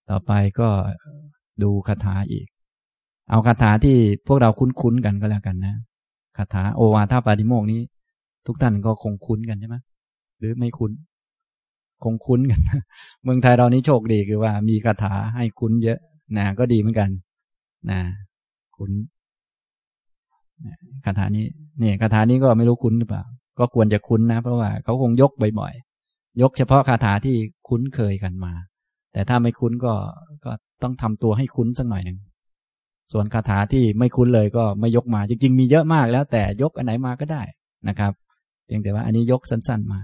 ต่อไปก็ดูคาถาอีกเอาคาถาที่พวกเราคุ้นๆกันก็แล้วกันนะคาถาโอวาทปาติโมกข์นี้ทุกท่านก็คงคุ้นกันใช่ไหมหรือไม่คุ้นคงคุ้นกันเมืองไทยเรานี้โชคดีคือว่ามีคาถาให้คุ้นเยอะนะก็ดีเหมือนกันนะคุ้นคาถานี้เนี่ยคาถานี้ก็ไม่รู้คุ้นหรือเปล่าก็ควรจะคุ้นนะเพราะว่าเขาคงยกบ่อยๆยกเฉพาะคาถาที่คุ้นเคยกันมาแต่ถ้าไม่คุ้นก็ต้องทำตัวให้คุ้นสักหน่อยหนึ่งส่วนคาถาที่ไม่คุ้นเลยก็ไม่ยกมาจริงๆมีเยอะมากแล้วแต่ยกอันไหนมาก็ได้นะครับเพียงแต่ว่าอันนี้ยกสั้นๆมา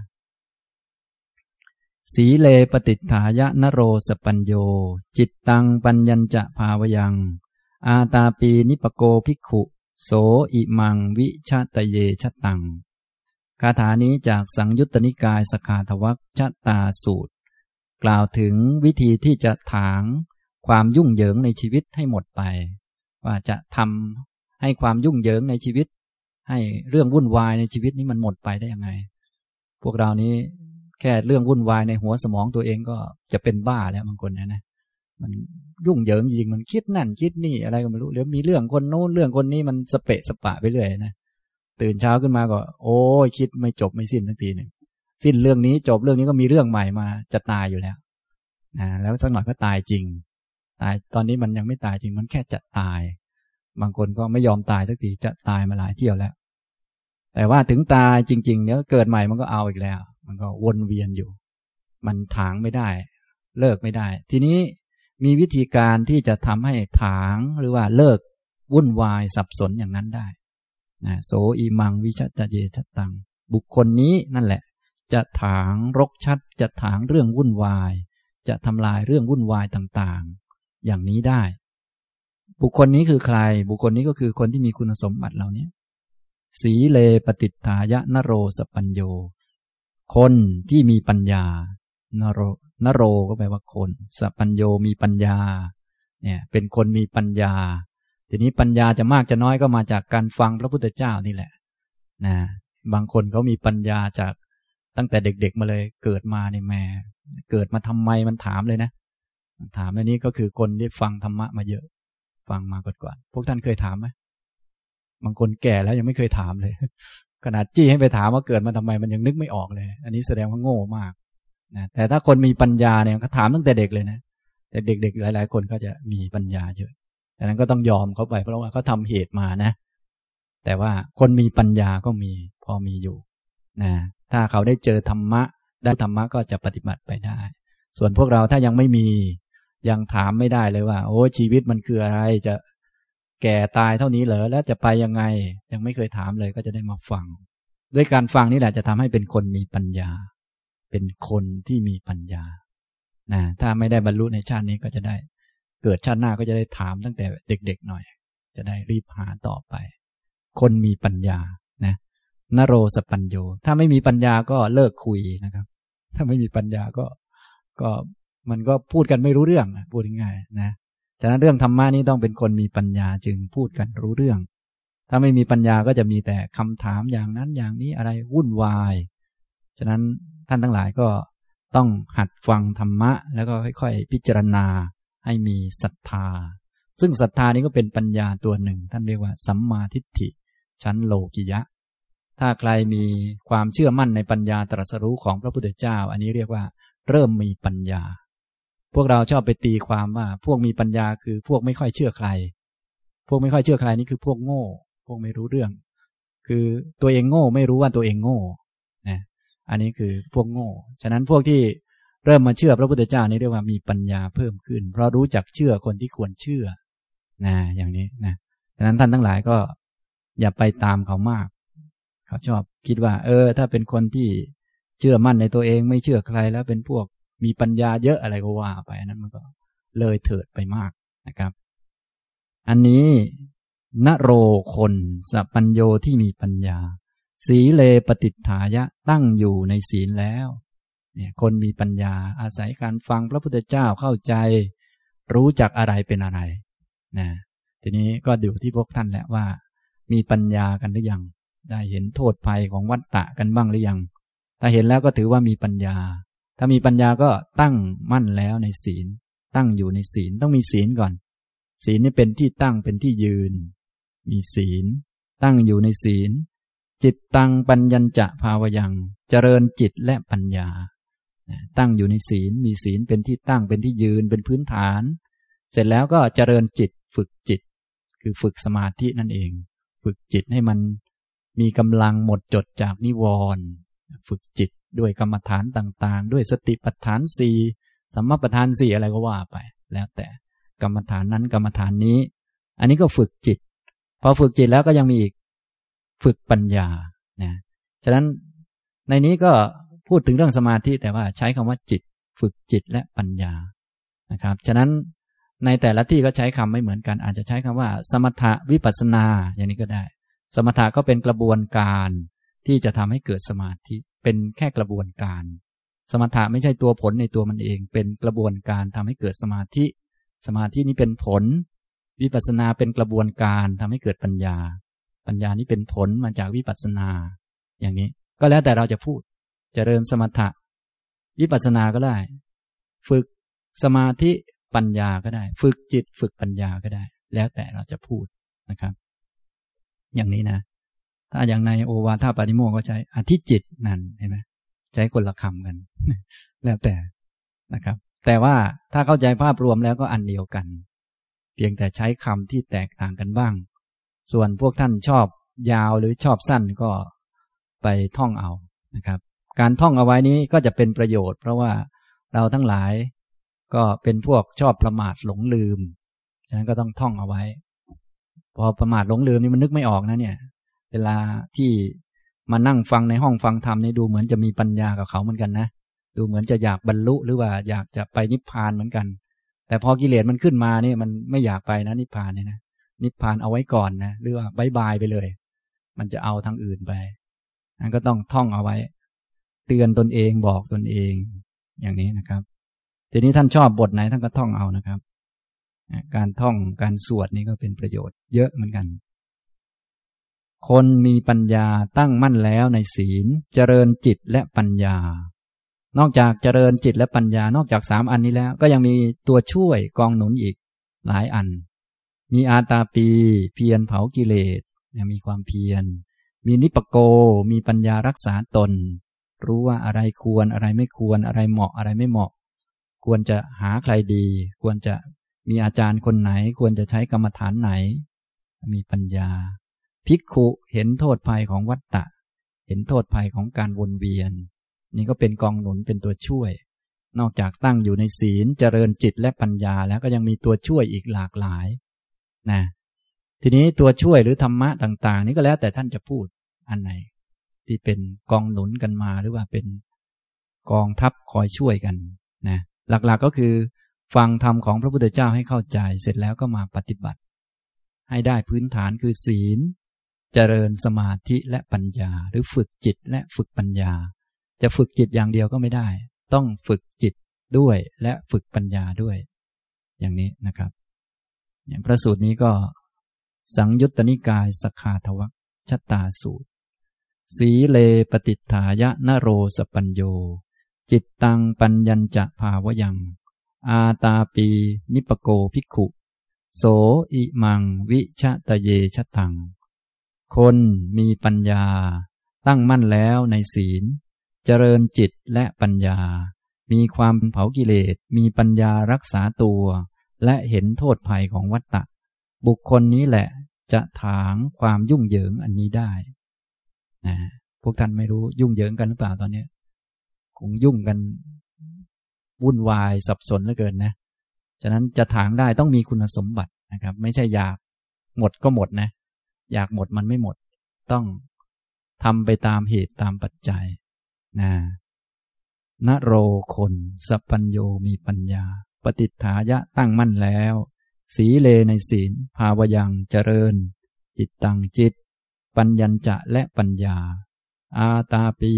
สีเลปฏิฐายะนโรสปัญโยจิตตังปัญญัญจะภาวยังอาตาปีนิปโกภิกขุโสอิมังวิชะตะเยชะตังคาถานี้จากสังยุตตนิกายสขาทวัคชะตาสูตรกล่าวถึงวิธีที่จะถางความยุ่งเหยิงในชีวิตให้หมดไปว่าจะทำให้ความยุ่งเหยิงในชีวิตให้เรื่องวุ่นวายในชีวิตนี้มันหมดไปได้ยังไงพวกเรานี้แค่เรื่องวุ่นวายในหัวสมองตัวเองก็จะเป็นบ้าแล้วบางคนนะมันยุ่งเหยิงจริงมันคิดนั่นคิดนี่อะไรก็ไม่รู้หรือมีเรื่องคนโน้นเรื่องคนนี้มันสเปะสปะไปเรื่อยนะตื่นเช้าขึ้นมาก็โอ้ยคิดไม่จบไม่สิ้นสักทีหนึ่งสิ้นเรื่องนี้จบเรื่องนี้ก็มีเรื่องใหม่มาจะตายอยู่แล้วนะแล้วสักหน่อยก็ตายจริงตายตอนนี้มันยังไม่ตายจริงมันแค่จะตายบางคนก็ไม่ยอมตายสักทีจะตายมาหลายเที่ยวแล้วแต่ว่าถึงตายจริงๆเนี่ยเกิดใหม่มันก็เอาอีกแล้วมันก็วนเวียนอยู่มันถางไม่ได้เลิกไม่ได้ทีนี้มีวิธีการที่จะทำให้ถางหรือว่าเลิกวุ่นวายสับสนอย่างนั้นได้นะโสอิมังวิชตเยชตังบุคคลนี้นั่นแหละจะถางรกชัดจะถางเรื่องวุ่นวายจะทำลายเรื่องวุ่นวายต่างๆอย่างนี้ได้บุคคลนี้คือใครบุคคลนี้ก็คือคนที่มีคุณสมบัติเหล่านี้สีเลปฏิฐายะนโรสปัญโยคนที่มีปัญญานโรก็แปลว่าคนสปัญโยมีปัญญาเนี่ยเป็นคนมีปัญญาทีนี้ปัญญาจะมากจะน้อยก็มาจากการฟังพระพุทธเจ้านี่แหละนะบางคนเขามีปัญญาจากตั้งแต่เด็กๆมาเลยเกิดมาในแม่เกิดมาทำไมมันถามเลยนะถามอันนี้ก็คือคนที่ฟังธรรมะมาเยอะฟังมาก่อนพวกท่านเคยถามไหมบางคนแก่แล้วยังไม่เคยถามเลยขนาดจี้ให้ไปถามว่าเกิดมาทำไมมันยังนึกไม่ออกเลยอันนี้แสดงว่าโง่มากนะแต่ถ้าคนมีปัญญาเนี่ยเขาถามตั้งแต่เด็กเลยนะแต่เด็กๆหลายๆคนก็จะมีปัญญาเยอะดังนั้นก็ต้องยอมเขาไปเพราะว่าเขาทำเหตุมานะแต่ว่าคนมีปัญญาก็มีพอมีอยู่นะถ้าเขาได้เจอธรรมะได้ธรรมะก็จะปฏิบัติไปได้ส่วนพวกเราถ้ายังไม่มียังถามไม่ได้เลยว่าโอ้ชีวิตมันคืออะไรจะแก่ตายเท่านี้เหรอแล้วจะไปยังไงยังไม่เคยถามเลยก็จะได้มาฟังด้วยการฟังนี่แหละจะทำให้เป็นคนมีปัญญาเป็นคนที่มีปัญญานะถ้าไม่ได้บรรลุในชาตินี้ก็จะได้เกิดชาติหน้าก็จะได้ถามตั้งแต่เด็กๆหน่อยจะได้รีบหาต่อไปคนมีปัญญานะนโรสปัญโยถ้าไม่มีปัญญาก็เลิกคุยนะครับถ้าไม่มีปัญญาก็มันก็พูดกันไม่รู้เรื่องพูดง่ายๆนะฉะนั้นเรื่องธรรมะนี้ต้องเป็นคนมีปัญญาจึงพูดกันรู้เรื่องถ้าไม่มีปัญญาก็จะมีแต่คำถามอย่างนั้นอย่างนี้อะไรวุ่นวายฉะนั้นท่านทั้งหลายก็ต้องหัดฟังธรรมะแล้วก็ค่อยๆพิจารณาให้มีศรัทธาซึ่งศรัทธานี้ก็เป็นปัญญาตัวหนึ่งท่านเรียกว่าสัมมาทิฏฐิชั้นโลกิยะถ้าใครมีความเชื่อมั่นในปัญญาตรัสรู้ของพระพุทธเจ้าอันนี้เรียกว่าเริ่มมีปัญญาพวกเราชอบไปตีความว่าพวกมีปัญญาคือพวกไม่ค่อยเชื่อใครพวกไม่ค่อยเชื่อใครนี่คือพวกโง่พวกไม่รู้เรื่องคือตัวเองโง่ไม่รู้ว่าตัวเองโง่นะอันนี้คือพวกโง่ฉะนั้นพวกที่เริ่มมาเชื่อพระพุทธเจ้านี่เรียกว่ามีปัญญาเพิ่มขึ้นเพราะรู้จักเชื่อคนที่ควรเชื่อนะอย่างนี้นะฉะนั้นท่านทั้งหลายก็อย่าไปตามเขามากเขาชอบคิดว่าถ้าเป็นคนที่เชื่อมั่นในตัวเองไม่เชื่อใครแล้วเป็นพวกมีปัญญาเยอะอะไรก็ว่าไปนั้นมันก็เลยเถิดไปมากนะครับอันนี้นโรคนสัพพัญโยที่มีปัญญาสีเลปฏิฐายะตั้งอยู่ในศีลแล้วเนี่ยคนมีปัญญาอาศัยการฟังพระพุทธเจ้าเข้าใจรู้จักอะไรเป็นอะไรนะทีนี้ก็อยู่ที่พวกท่านแหละว่ามีปัญญากันหรือยังได้เห็นโทษภัยของวัฏฏะกันบ้างหรือยังถ้าเห็นแล้วก็ถือว่ามีปัญญาถ้ามีปัญญาก็ตั้งมั่นแล้วในศีลตั้งอยู่ในศีลต้องมีศีลก่อนศีลนี่เป็นที่ตั้งเป็นที่ยืนมีศีลตั้งอยู่ในศีลจิตตังปัญญัญจะภาวยังเจริญจิตและปัญญาตั้งอยู่ในศีลมีศีลเป็นที่ตั้งเป็นที่ยืนเป็นพื้นฐานเสร็จแล้วก็เจริญจิตฝึกจิตคือฝึกสมาธินั่นเองฝึกจิตให้มันมีกำลังหมดจดจากนิวรณ์ฝึกจิตด้วยกรรมฐานต่างๆด้วยสติปัฏฐานสี่สัมมาปัฏฐานสี่อะไรก็ว่าไปแล้วแต่กรรมฐานนั้นกรรมฐานนี้อันนี้ก็ฝึกจิตพอฝึกจิตแล้วก็ยังมีอีกฝึกปัญญานะฉะนั้นในนี้ก็พูดถึงเรื่องสมาธิแต่ว่าใช้คำว่าจิตฝึกจิตและปัญญานะครับฉะนั้นในแต่ละที่ก็ใช้คำไม่เหมือนกันอาจจะใช้คำว่าสมถะวิปัสสนาอย่างนี้ก็ได้สมถะก็เป็นกระบวนการที่จะทำให้เกิดสมาธิเป็นแค่กระบวนการสมถะไม่ใช่ตัวผลในตัวมันเองเป็นกระบวนการทำให้เกิดสมาธิสมาธินี้เป็นผลวิปัสสนาเป็นกระบวนการทำให้เกิดปัญญาปัญญานี้เป็นผลมาจากวิปัสสนาอย่างนี้ก็แล้วแต่เราจะพูดเจริญสมถะวิปัสสนาก็ได้ฝึกสมาธิปัญญาก็ได้ฝึกจิตฝึกปัญญาก็ได้แล้วแต่เราจะพูดนะครับอย่างนี้นะถ้าอย่างในโอวาทปาติโมกข์ก็ใช้อธิจิตนั่นเห็นไหมใช้คนละคำกัน แล้วแต่นะครับแต่ว่าถ้าเข้าใจภาพรวมแล้วก็อันเดียวกันเพียงแต่ใช้คำที่แตกต่างกันบ้างส่วนพวกท่านชอบยาวหรือชอบสั้นก็ไปท่องเอานะครับการท่องเอาไว้นี้ก็จะเป็นประโยชน์เพราะว่าเราทั้งหลายก็เป็นพวกชอบประมาทหลงลืมฉะนั้นก็ต้องท่องเอาไว้พอประมาทหลงลืมนี่มันนึกไม่ออกนะเนี่ยเวลาที่มานั่งฟังในห้องฟังธรรมนี่ดูเหมือนจะมีปัญญากับเขาเหมือนกันนะดูเหมือนจะอยากบรรลุหรือว่าอยากจะไปนิพพานเหมือนกันแต่พอกิเลสมันขึ้นมานี่มันไม่อยากไปนะนิพพานเนี่ยนะนิพพานเอาไว้ก่อนนะหรือว่าบายบายไปเลยมันจะเอาทางอื่นไปนั่นก็ต้องท่องเอาไว้เตือนตนเองบอกตนเองอย่างนี้นะครับทีนี้ท่านชอบบทไหนท่านก็ท่องเอานะครับการท่องการสวดนี่ก็เป็นประโยชน์เยอะเหมือนกันคนมีปัญญาตั้งมั่นแล้วในศีลเจริญจิตและปัญญานอกจากเจริญจิตและปัญญานอกจาก3อันนี้แล้วก็ยังมีตัวช่วยกองหนุนอีกหลายอันมีอาตาปีเพียรเผากิเลสมีความเพียรมีนิปโกมีปัญญารักษาตนรู้ว่าอะไรควรอะไรไม่ควรอะไรเหมาะอะไรไม่เหมาะควรจะหาใครดีควรจะมีอาจารย์คนไหนควรจะใช้กรรมฐานไหนมีปัญญาภิกขุเห็นโทษภัยของวัฏฏะเห็นโทษภัยของการวนเวียนนี่ก็เป็นกองหนุนเป็นตัวช่วยนอกจากตั้งอยู่ในศีลเจริญจิตและปัญญาแล้วก็ยังมีตัวช่วยอีกหลากหลายนะทีนี้ตัวช่วยหรือธรรมะต่างๆนี้ก็แล้วแต่ท่านจะพูดอันไหนที่เป็นกองหนุนกันมาหรือว่าเป็นกองทัพคอยช่วยกันนะหลักๆก็คือฟังธรรมของพระพุทธเจ้าให้เข้าใจเสร็จแล้วก็มาปฏิบัติให้ได้พื้นฐานคือศีลเจริญสมาธิและปัญญาหรือฝึกจิตและฝึกปัญญาจะฝึกจิตอย่างเดียวก็ไม่ได้ต้องฝึกจิตด้วยและฝึกปัญญาด้วยอย่างนี้นะครับอย่างพระสูตรนี้ก็สังยุตตนิกายสคาทวัคชตาสูตรสีเลปฏิฐายะนโรสปัญโยจิตตังปัญญัญจะภาวยังอาตาปีนิปโกภิกขุโสอิมังวิชตเยชตังคนมีปัญญาตั้งมั่นแล้วในศีลเจริญจิตและปัญญามีความเผากิเลสมีปัญญารักษาตัวและเห็นโทษภัยของวัฏฏะบุคคลนี้แหละจะถางความยุ่งเหยิงอันนี้ได้นะพวกท่านไม่รู้ยุ่งเหยิงกันหรือเปล่าตอนนี้คงยุ่งกันวุ่นวายสับสนเหลือเกินนะฉะนั้นจะถางได้ต้องมีคุณสมบัตินะครับไม่ใช่อยากหมดก็หมดนะอยากหมดมันไม่หมดต้องทำไปตามเหตุตามปัจจัยนะนโรคนสัพพัญโยมีปัญญาปฏิฐายะตั้งมั่นแล้วสีเลในศีลภาวยังเจริญจิตตังจิตปัญญัญจะและปัญญาอาตาปี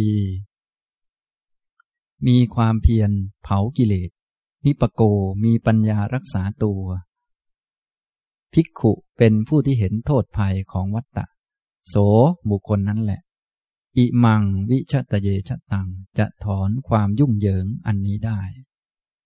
มีความเพียรเผากิเลสนิปโกมีปัญญารักษาตัวภิกขุเป็นผู้ที่เห็นโทษภัยของวัฏฏะโสบุคคลนั้นแหละอิมังวิชตเยชตังจะถอนความยุ่งเหยิงอันนี้ได้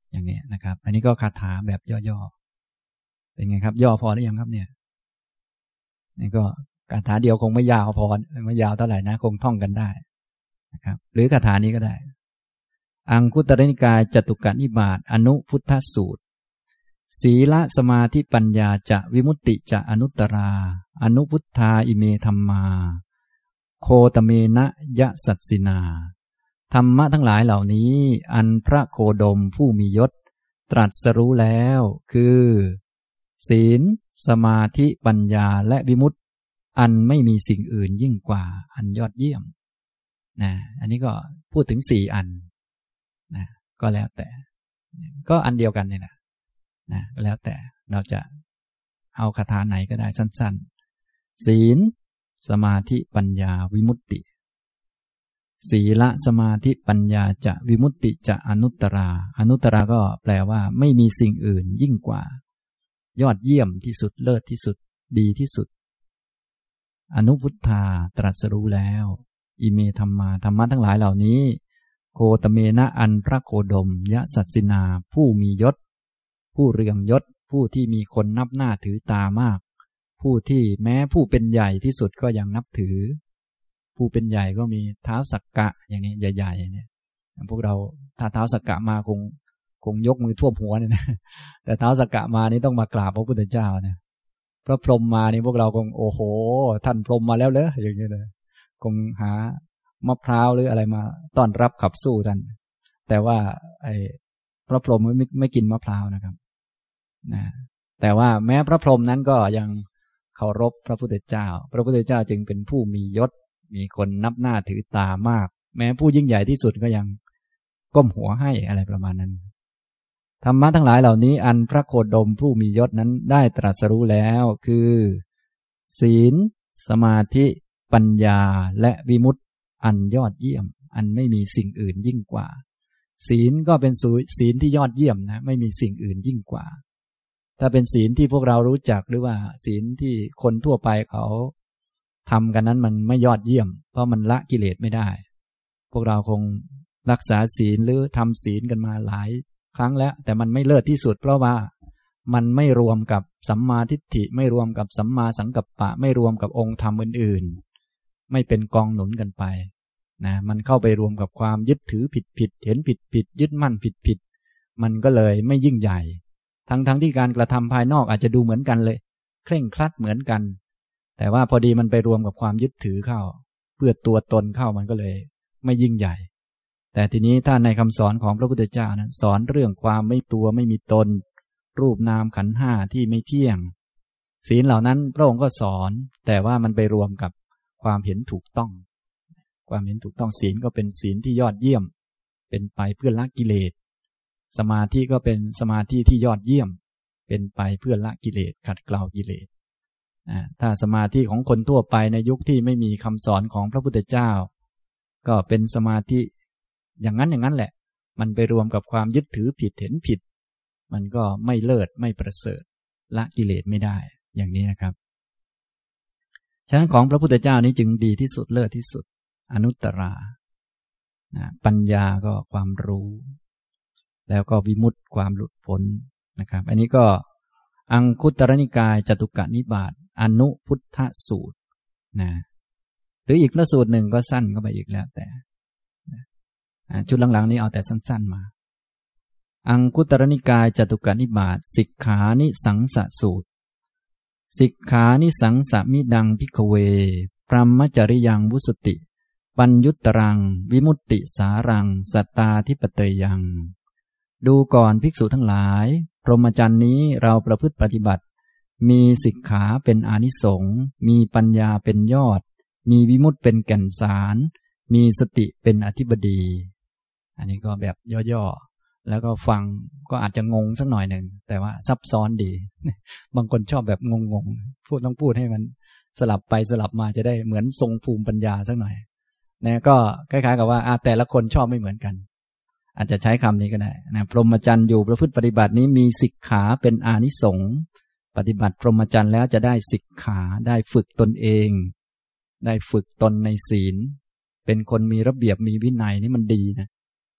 อย่างนี้นะครับอันนี้ก็คาถาแบบย่อๆเป็นไงครับย่อพอหรือยังครับเนี่ยนี่ก็คาถาเดียวคงไม่ยาวพอไม่ยาวเท่าไหร่นะคงท่องกันได้นะครับหรือคาถานี้ก็ได้อังคุตรนิกายจตุกนิบาตอนุพุทธสูตรศีลสมาธิปัญญาจะวิมุตติจะอนุตตราอนุพุทธาอิเมธัมมาโคตเมนะยะสัตสินาธรรมะทั้งหลายเหล่านี้อันพระโคดมผู้มียศตรัสรู้แล้วคือศีลสมาธิปัญญาและวิมุตติอันไม่มีสิ่งอื่นยิ่งกว่าอันยอดเยี่ยมนะอันนี้ก็พูดถึง4 อันนะก็แล้วแต่ก็อันเดียวกันนี่แหละนะแล้วแต่เราจะเอาคาถาไหนก็ได้สั้นๆศีลสมาธิปัญญาวิมุตติศีลสมาธิปัญญาจะวิมุตติจะอนุตตราอนุตตราก็แปลว่าไม่มีสิ่งอื่นยิ่งกว่ายอดเยี่ยมที่สุดเลิศที่สุดดีที่สุดอนุพุทธาตรัสรู้แล้วอิเมธัมมาธรรมะทั้งหลายเหล่านี้โคตเมนะอันพระโคดมยะสัตสินาผู้มียศผู้เรืองยศผู้ที่มีคนนับหน้าถือตามากผู้ที่แม้ผู้เป็นใหญ่ที่สุดก็ยังนับถือผู้เป็นใหญ่ก็มีท้าวสักกะอย่างนี้ใหญ่ๆเนี่ยพวกเราถ้าท้าวสักกะมาคงยกมือท่วมหัวเนี่ยนะแต่ท้าวสักกะมานี่ต้องมากราบพระพุทธเจ้าเนี่ยพระพรหมมานี่พวกเราคงโอ้โหท่านพรหมมาแล้วเหรออย่างนี้เลยคงหามะพร้าวหรืออะไรมาต้อนรับขับสู้ท่านแต่ว่าไอ้พระพรหมไม่กินมะพร้าวนะครับนะแต่ว่าแม้พระพรหมนั้นก็ยังเคารพพระพุทธเจ้าพระพุทธเจ้าจึงเป็นผู้มียศมีคนนับหน้าถือตามากแม้ผู้ยิ่งใหญ่ที่สุดก็ยังก้มหัวให้อะไรประมาณนั้นธรรมะทั้งหลายเหล่านี้อันพระโคดมผู้มียศนั้นได้ตรัสรู้แล้วคือศีลสมาธิปัญญาและวิมุตติอันยอดเยี่ยมอันไม่มีสิ่งอื่นยิ่งกว่าศีลก็เป็นศีลที่ยอดเยี่ยมนะไม่มีสิ่งอื่นยิ่งกว่าถ้าเป็นศีลที่พวกเรารู้จักหรือว่าศีลที่คนทั่วไปเขาทำกันนั้นมันไม่ยอดเยี่ยมเพราะมันละกิเลสไม่ได้พวกเราคงรักษาศีลหรือทำศีลกันมาหลายครั้งแล้วแต่มันไม่เลิศที่สุดเพราะว่ามันไม่รวมกับสัมมาทิฏฐิไม่รวมกับสัมมาสังกัปปะไม่รวมกับองค์ธรรมอื่นๆไม่เป็นกองหนุนกันไปนะมันเข้าไปรวมกับความยึดถือผิดเห็นผิดยึดมั่นผิดมันก็เลยไม่ยิ่งใหญ่ทั้งที่การกระทำภายนอกอาจจะดูเหมือนกันเลยเคร่งครัดเหมือนกันแต่ว่าพอดีมันไปรวมกับความยึดถือเข้าเพื่อตัวตนเข้ามันก็เลยไม่ยิ่งใหญ่แต่ทีนี้ถ้าในคำสอนของพระพุทธเจ้านั้นสอนเรื่องความไม่ตัวไม่มีตนรูปนามขันธ์ห้าที่ไม่เที่ยงศีลเหล่านั้นพระองค์ก็สอนแต่ว่ามันไปรวมกับความเห็นถูกต้องความเห็นถูกต้องศีลก็เป็นศีลที่ยอดเยี่ยมเป็นไปเพื่อละกิเลสสมาธิก็เป็นสมาธิที่ยอดเยี่ยมเป็นไปเพื่อละกิเลสขัดเกลากิเลสถ้าสมาธิของคนทั่วไปในยุคที่ไม่มีคำสอนของพระพุทธเจ้าก็เป็นสมาธิอย่างนั้นแหละมันไปรวมกับความยึดถือผิดเห็นผิดมันก็ไม่เลิศไม่ประเสริฐละกิเลสไม่ได้อย่างนี้นะครับฉะนั้นของพระพุทธเจ้านี้จึงดีที่สุดเลิศที่สุดอนุตตราปัญญาก็ความรู้แล้วก็วิมุตติความหลุดพ้นนะครับอันนี้ก็อังคุตรนิกายจตุกนิบาตอนุพุทธสูตรนะหรืออีกพระสูตรหนึ่งก็สั้นเข้าไปอีกแล้วแต่ชุดหลังๆนี้เอาแต่สั้นๆมาอังคุตรนิกายจตุกนิบาตสิกขานิสังสสูตรสิกขานิสังสมิดังภิกขเวพรหมจริยังวุสติปัญยุตตรังวิมุตติสารังสัตตาธิปเตยังดูก่อนภิกษุทั้งหลายพรหมจรรย์นี้เราประพฤติปฏิบัติมีสิกขาเป็นอานิสงส์มีปัญญาเป็นยอดมีวิมุตติเป็นแก่นสารมีสติเป็นอธิบดีอันนี้ก็แบบย่อๆแล้วก็ฟังก็อาจจะงงสักหน่อยหนึ่งแต่ว่าซับซ้อนดี บางคนชอบแบบงงๆต้องพูดให้มันสลับไปสลับมาจะได้เหมือนทรงภูมิปัญญาสักหน่อยนะก็คล้ายๆกับว่าแต่ละคนชอบไม่เหมือนกันอาจจะใช้คำนี้ก็ได้นะพรหมจรรย์อยู่ประพฤติปฏิบัตินี้มีสิกขาเป็นอานิสงส์ปฏิบัติพรหมจรรย์แล้วจะได้สิกขาได้ฝึกตนเองได้ฝึกตนในศีลเป็นคนมีระเบียบมีวินัยนี่มันดีนะ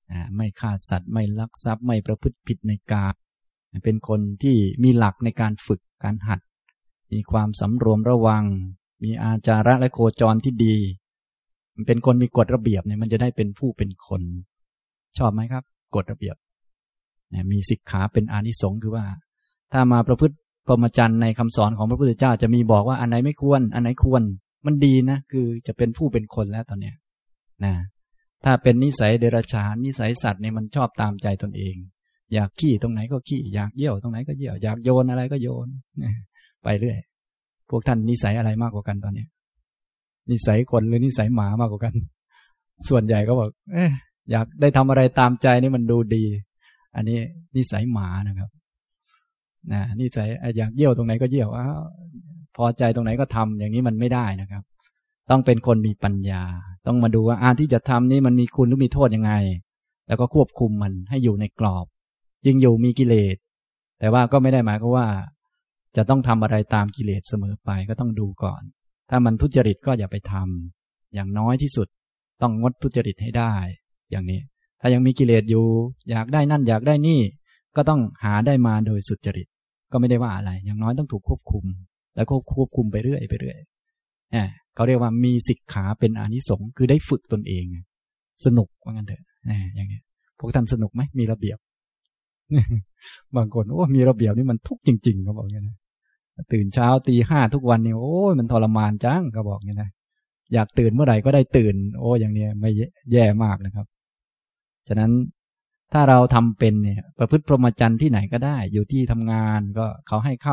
ไม่ฆ่าสัตว์ไม่ลักทรัพย์ไม่ประพฤติผิดในกามเป็นคนที่มีหลักในการฝึกการหัดมีความสำรวมระวังมีอาจาระและโคจรที่ดีมันเป็นคนมีกฎระเบียบเนี่ยมันจะได้เป็นผู้เป็นคนชอบไหมครับกฎระเบียบมีสิกขาเป็นอานิสงส์คือว่าถ้ามาประพฤติพรหมจรรย์ในคำสอนของพระพุทธเจ้าจะมีบอกว่าอันไหนไม่ควรอันไหนควรมันดีนะคือจะเป็นผู้เป็นคนแล้วตอนเนี้ยนะถ้าเป็นนิสัยเดรัจฉานนิสัยสัตว์เนี่ยมันชอบตามใจตนเองอยากขี้ตรงไหนก็ขี้อยากเยี่ยวตรงไหนก็เยี่ยวอยากโยนอะไรก็โยนไปเรื่อยพวกท่านนิสัยอะไรมากกว่ากันตอนนี้นิสัยคนหรือนิสัยหมามากกว่ากันส่วนใหญ่ก็บอกอยากได้ทำอะไรตามใจนี่มันดูดีอันนี้นิสัยหมานะครับนิสัยอยากเยี่ยวตรงไหนก็เยี่ยวพอใจตรงไหนก็ทำอย่างนี้มันไม่ได้นะครับต้องเป็นคนมีปัญญาต้องมาดูว่าที่จะทำนี่มันมีคุณหรือมีโทษยังไงแล้วก็ควบคุมมันให้อยู่ในกรอบยิ่งอยู่มีกิเลสแต่ว่าก็ไม่ได้หมายความว่าจะต้องทำอะไรตามกิเลสเสมอไปก็ต้องดูก่อนถ้ามันทุจริตก็อย่าไปทำอย่างน้อยที่สุดต้องงดทุจริตให้ได้อย่างนี้ถ้ายังมีกิเลสอยู่อยากได้นั่นอยากได้นี่ก็ต้องหาได้มาโดยสุจริตก็ไม่ได้ว่าอะไรอย่างน้อยต้องถูกควบคุมแล้วก็ควบคุมไปเรื่อยไปเรื่อยเขาเรียกว่ามีสิกขาเป็นอานิสงส์คือได้ฝึกตนเองสนุกว่างั้นเถอะอย่างนี้พวกท่านสนุกไหมมีระเบียบบางคนมีระเบียบนี่มันทุกข์จริงๆเขาบอกอย่างนี้นะตื่นเช้าตี 5ทุกวันนี่มันทรมานจังเขาบอกอย่างนี้นะอยากตื่นเมื่อไหร่ก็ได้ตื่นอย่างนี้ไม่แย่มากนะครับฉะนั้นถ้าเราทำเป็นเนี่ยประพฤติพรหมจรรย์ที่ไหนก็ได้อยู่ที่ทำงานก็เขาให้เข้า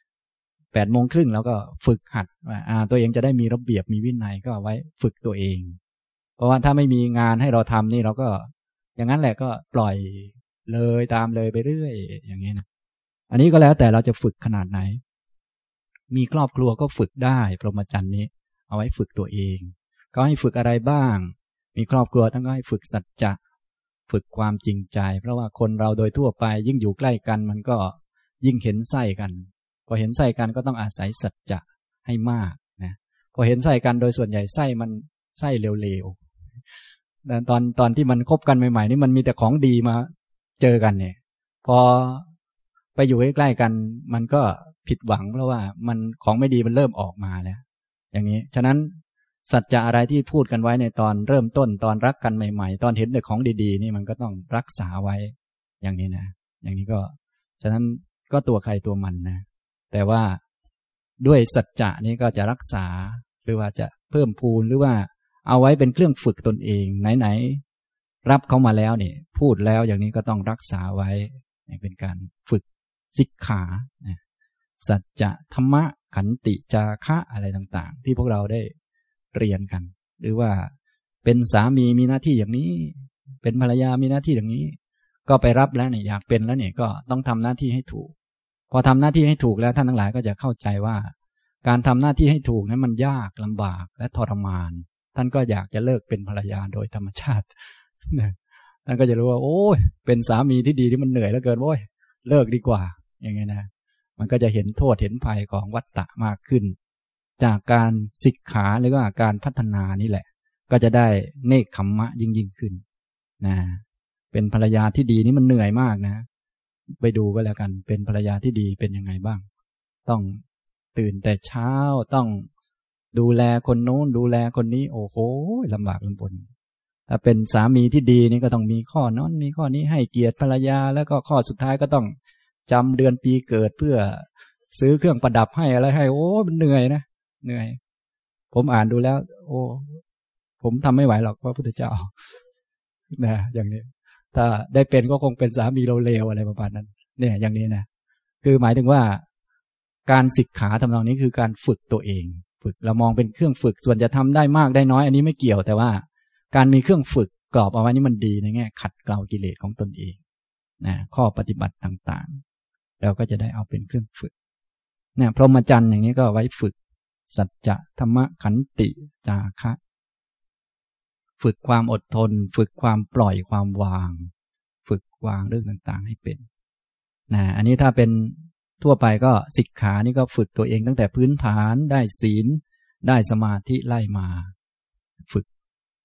8:30แล้วก็ฝึกหัดว่าตัวเองจะได้มีระเบียบมีวินัยก็เอาไว้ฝึกตัวเองเพราะว่าถ้าไม่มีงานให้เราทำนี่เราก็อย่างนั้นแหละก็ปล่อยเลยตามเลยไปเรื่อยอย่างนี้นะอันนี้ก็แล้วแต่เราจะฝึกขนาดไหนมีครอบครัวก็ฝึกได้พรหมจรรย์นี้เอาไว้ฝึกตัวเองก็ให้ฝึกอะไรบ้างมีครอบครัวทั้งก็ให้ฝึกสัจจะฝึกความจริงใจเพราะว่าคนเราโดยทั่วไปยิ่งอยู่ใกล้กันมันก็ยิ่งเห็นไส้กันพอเห็นไส้กันก็ต้องอาศัยสัจจะให้มากนะพอเห็นไส้กันโดยส่วนใหญ่ไส้มันไส้เร็วๆแต่ตอนที่มันคบกันใหม่ๆนี่มันมีแต่ของดีมาเจอกันเนี่ยพอไปอยู่ใกล้ๆกันมันก็ผิดหวังเพราะว่ามันของไม่ดีมันเริ่มออกมาแล้วอย่างนี้ฉะนั้นสัจจะอะไรที่พูดกันไว้ในตอนเริ่มต้นตอนรักกันใหม่ๆตอนเห็นแต่ของดีๆนี่มันก็ต้องรักษาไว้อย่างนี้นะอย่างนี้ก็ฉะนั้นก็ตัวใครตัวมันนะแต่ว่าด้วยสัจจะนี้ก็จะรักษาหรือว่าจะเพิ่มพูนหรือว่าเอาไว้เป็นเครื่องฝึกตนเองไหนๆรับเขามาแล้วนี่พูดแล้วอย่างนี้ก็ต้องรักษาไว้เป็นการฝึกสิกขาสัจจะธรรมะขันติจาคะอะไรต่างๆที่พวกเราได้เรียนกันหรือว่าเป็นสามีมีหน้าที่อย่างนี้เป็นภรรยามีหน้าที่อย่างนี้ก็ไปรับแล้วเนี่ยอยากเป็นแล้วเนี่ยก็ต้องทำหน้าที่ให้ถูกพอทำหน้าที่ให้ถูกแล้วท่านทั้งหลายก็จะเข้าใจว่าการทำหน้าที่ให้ถูกนั้นมันยากลำบากและทรมานท่านก็อยากจะเลิกเป็นภรรยาโดยธรรมชาติท่านก็จะรู้ว่าเป็นสามีที่ดีที่มันเหนื่อยเหลือเกินเลิกดีกว่าอย่างเงี้ยนะมันก็จะเห็นโทษเห็นภัยของวัฏฏะมากขึ้นจากการศิกขาหรือว่าการพัฒนานี่แหละก็จะได้เนกขัมมะยิ่งขึ้นนะเป็นภรรยาที่ดีนี่มันเหนื่อยมากนะไปดูก็แล้วกันเป็นภรรยาที่ดีเป็นยังไงบ้างต้องตื่นแต่เช้าต้องดูแลคนโน้นดูแลคนนี้โอ้โหลำบากลำบนถ้าเป็นสามีที่ดีนี่ก็ต้องมีข้อนั้นมีข้อนี้ให้เกียรติภรรยาแล้วก็ข้อสุดท้ายก็ต้องจำเดือนปีเกิดเพื่อซื้อเครื่องประดับให้อะไรให้มันเหนื่อยนะเหนื่อยผมอ่านดูแล้วผมทำไม่ไหวหรอกพระพุทธเจ้านะอย่างนี้ถ้าได้เป็นก็คงเป็นสามีเราเลวอะไรประมาณนั้นเนี่ยอย่างนี้นะคือหมายถึงว่าการศิกขาทำนองนี้คือการฝึกตัวเองฝึกเรามองเป็นเครื่องฝึกส่วนจะทำได้มากได้น้อยอันนี้ไม่เกี่ยวแต่ว่าการมีเครื่องฝึกกรอบเอาไว้นี่มันดีในแง่ขัดเกลากิเลสของตนเองนะข้อปฏิบัติต่างๆเราก็จะได้เอาเป็นเครื่องฝึกเนี่ยพรหมจรรย์อย่างนี้ก็ไว้ฝึกสัจจะธรรมะขันติจาคะฝึกความอดทนฝึกความปล่อยความวางฝึกวางเรื่องต่างๆให้เป็นนะอันนี้ถ้าเป็นทั่วไปก็สิกขานี่ก็ฝึกตัวเองตั้งแต่พื้นฐานได้ศีลได้สมาธิไล่มาฝึก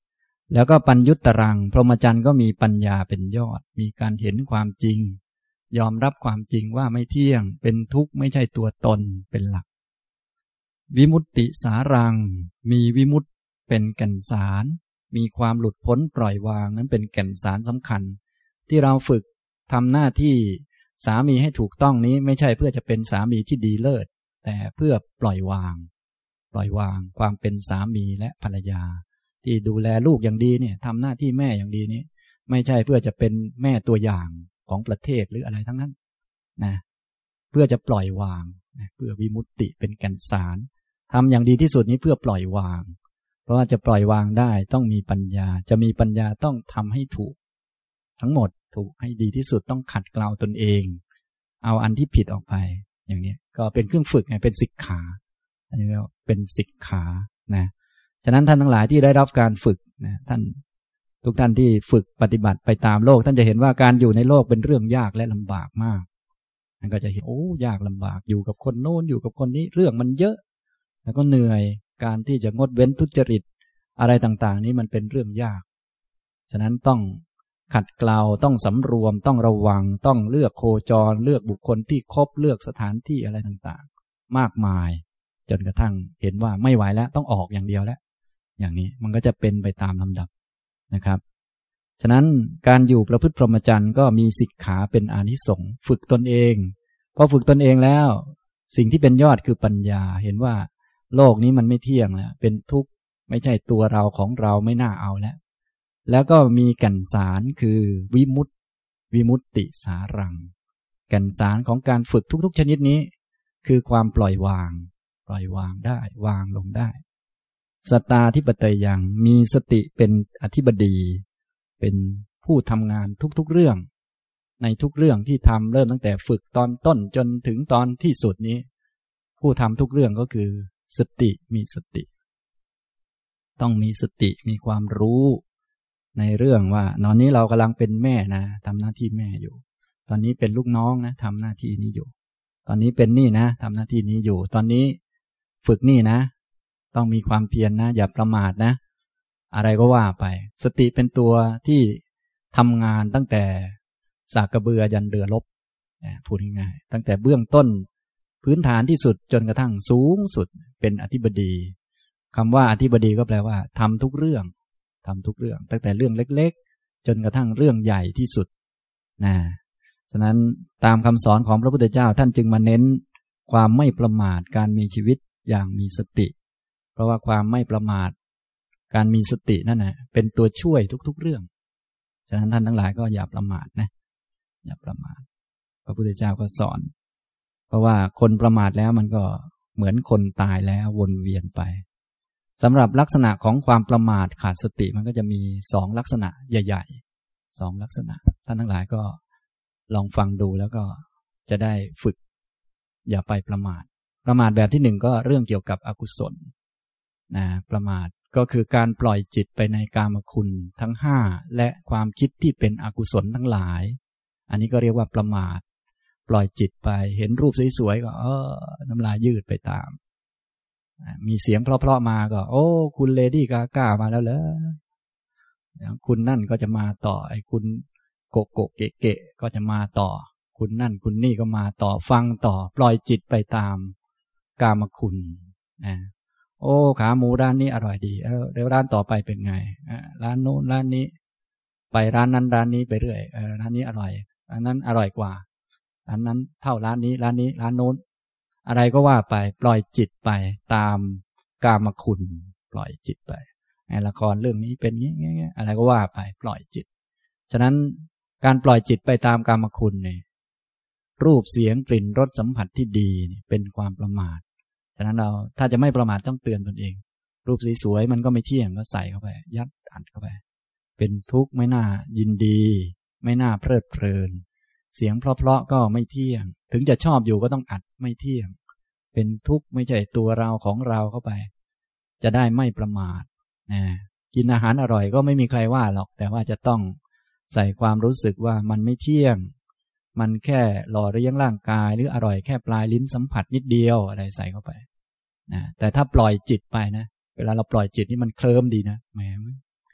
แล้วก็ปัญญุตตรังพรหมจรรย์ก็มีปัญญาเป็นยอดมีการเห็นความจริงยอมรับความจริงว่าไม่เที่ยงเป็นทุกข์ไม่ใช่ตัวตนเป็นหลักวิมุตติสารังมีวิมุตติเป็นแก่นสารมีความหลุดพ้นปล่อยวางนั้นเป็นแก่นสารสำคัญที่เราฝึกทำหน้าที่สามีให้ถูกต้องนี้ไม่ใช่เพื่อจะเป็นสามีที่ดีเลิศแต่เพื่อปล่อยวางความเป็นสามีและภรรยาที่ดูแลลูกอย่างดีเนี่ยทำหน้าที่แม่อย่างดีนี้ไม่ใช่เพื่อจะเป็นแม่ตัวอย่างของประเทศหรืออะไรทั้งนั้นนะเพื่อจะปล่อยวางนะเพื่อวิมุตติเป็นแก่นสารทำอย่างดีที่สุดนี้เพื่อปล่อยวางเพราะว่าจะปล่อยวางได้ต้องมีปัญญาจะมีปัญญาต้องทำให้ถูกทั้งหมดถูกให้ดีที่สุดต้องขัดเกลาตนเองเอาอันที่ผิดออกไปอย่างนี้ก็เป็นเครื่องฝึกไงเป็นสิกขาอันนี้ก็เป็นสิกขานะฉะนั้นท่านทั้งหลายที่ได้รับการฝึกนะท่านทุกท่านที่ฝึกปฏิบัติไปตามโลกท่านจะเห็นว่าการอยู่ในโลกเป็นเรื่องยากและลำบากมากท่านก็จะเห็นโอ้ยากลำบากอยู่กับคนโน้นอยู่กับคนนี้เรื่องมันเยอะแล้วก็เหนื่อยการที่จะงดเว้นทุจริตอะไรต่างๆนี้มันเป็นเรื่องยากฉะนั้นต้องขัดเกลาต้องสำรวมต้องระวังต้องเลือกโคจรเลือกบุคคลที่คบเลือกสถานที่อะไรต่างๆมากมายจนกระทั่งเห็นว่าไม่ไหวแล้วต้องออกอย่างเดียวแล้วอย่างนี้มันก็จะเป็นไปตามลำดับนะครับฉะนั้นการอยู่ประพฤติพรหมจรรย์ก็มีสิกขาเป็นอานิสงส์ฝึกตนเองพอฝึกตนเองแล้วสิ่งที่เป็นยอดคือปัญญาเห็นว่าโลกนี้มันไม่เที่ยงแล้วเป็นทุกข์ไม่ใช่ตัวเราของเราไม่น่าเอาแล้วก็มีแก่นสารคือวิมุตติสารังแก่นสารของการฝึกทุกๆชนิดนี้คือความปล่อยวางได้วางลงได้สตาธิปไตยยังมีสติเป็นอธิบดีเป็นผู้ทำงานทุกๆเรื่องในทุกเรื่องที่ทำเริ่มตั้งแต่ฝึกตอนต้นจนถึงตอนที่สุดนี้ผู้ทำทุกเรื่องก็คือสติมีสติต้องมีสติมีความรู้ในเรื่องว่าตอนนี้เรากำลังเป็นแม่นะทำหน้าที่แม่อยู่ตอนนี้เป็นลูกน้องนะทำหน้าที่นี้อยู่ตอนนี้เป็นนี่นะทำหน้าที่นี้อยู่ตอนนี้ฝึกนี่นะต้องมีความเพียรนะอย่าประมาทนะอะไรก็ว่าไปสติเป็นตัวที่ทำงานตั้งแต่สากกระเบือยันเรือรบพูดง่ายๆตั้งแต่เบื้องต้นพื้นฐานที่สุดจนกระทั่งสูงสุดเป็นอธิบดีคำว่าอธิบดีก็แปลว่าทำทุกเรื่องตั้งแต่เรื่องเล็กๆจนกระทั่งเรื่องใหญ่ที่สุดนะฉะนั้นตามคำสอนของพระพุทธเจ้าท่านจึงมาเน้นความไม่ประมาทการมีชีวิตอย่างมีสติเพราะว่าความไม่ประมาทการมีสตินั่นนะเป็นตัวช่วยทุกๆเรื่องฉะนั้นท่านทั้งหลายก็อย่าประมาทนะอย่าประมาทพระพุทธเจ้าก็สอนเพราะว่าคนประมาทแล้วมันก็เหมือนคนตายแล้ววนเวียนไปสำหรับลักษณะของความประมาทขาดสติมันก็จะมี2ลักษณะใหญ่ๆ2ลักษณะท่านทั้งหลายก็ลองฟังดูแล้วก็จะได้ฝึกอย่าไปประมาทแบบที่1ก็เรื่องเกี่ยวกับอกุศลนะประมาทก็คือการปล่อยจิตไปในกามคุณทั้ง5และความคิดที่เป็นอกุศลทั้งหลายอันนี้ก็เรียกว่าประมาทปล่อยจิตไปเห็นรูปสวยๆก็น้ำลายยืดไปตามมีเสียงเพราะๆมาก็โอ้คุณเลดี้กาก้ามาแล้วเหรอคุณนั่นก็จะมาต่อไอ้คุณโกโกเกะเกะก็จะมาต่อคุณนั่นคุณนี่ก็มาต่อฟังต่อปล่อยจิตไปตามกามคุณนะโอ้ขาหมูร้านนี้อร่อยดีเดี๋ยวร้านต่อไปเป็นไงร้านโน้นร้านนี้ไปร้านนั้นร้านนี้ไปเรื่อยร้านนี้อร่อยอันนั้นอร่อยกว่าอันนั้นเท่าร้านนี้ร้านโน้นอะไรก็ว่าไปปล่อยจิตไปตามกามคุณปล่อยจิตไปละครเรื่องนี้เป็นงี้อะไรก็ว่าไปปล่อยจิตฉะนั้นการปล่อยจิตไปตามกามคุณเนี่ยรูปเสียงกลิ่นรสสัมผัสที่ดีเป็นความประมาทฉะนั้นเราถ้าจะไม่ประมาทต้องเตือนตนเองรูปสวยๆมันก็ไม่เที่ยงก็ใส่เข้าไปยัดอัดเข้าไปเป็นทุกข์ไม่น่ายินดีไม่น่าเพลิดเพลินเสียงเพราะๆก็ไม่เที่ยงถึงจะชอบอยู่ก็ต้องอัดไม่เที่ยงเป็นทุกข์ไม่ใช่ตัวเราของเราเข้าไปจะได้ไม่ประมาทนะกินอาหารอร่อยก็ไม่มีใครว่าหรอกแต่ว่าจะต้องใส่ความรู้สึกว่ามันไม่เที่ยงมันแค่หล่อเลี้ยงร่างกายหรืออร่อยแค่ปลายลิ้นสัมผัสนิดเดียวอะไรใส่เข้าไปนะแต่ถ้าปล่อยจิตไปนะเวลาเราปล่อยจิตนี่มันเคลิ้มดีนะแหม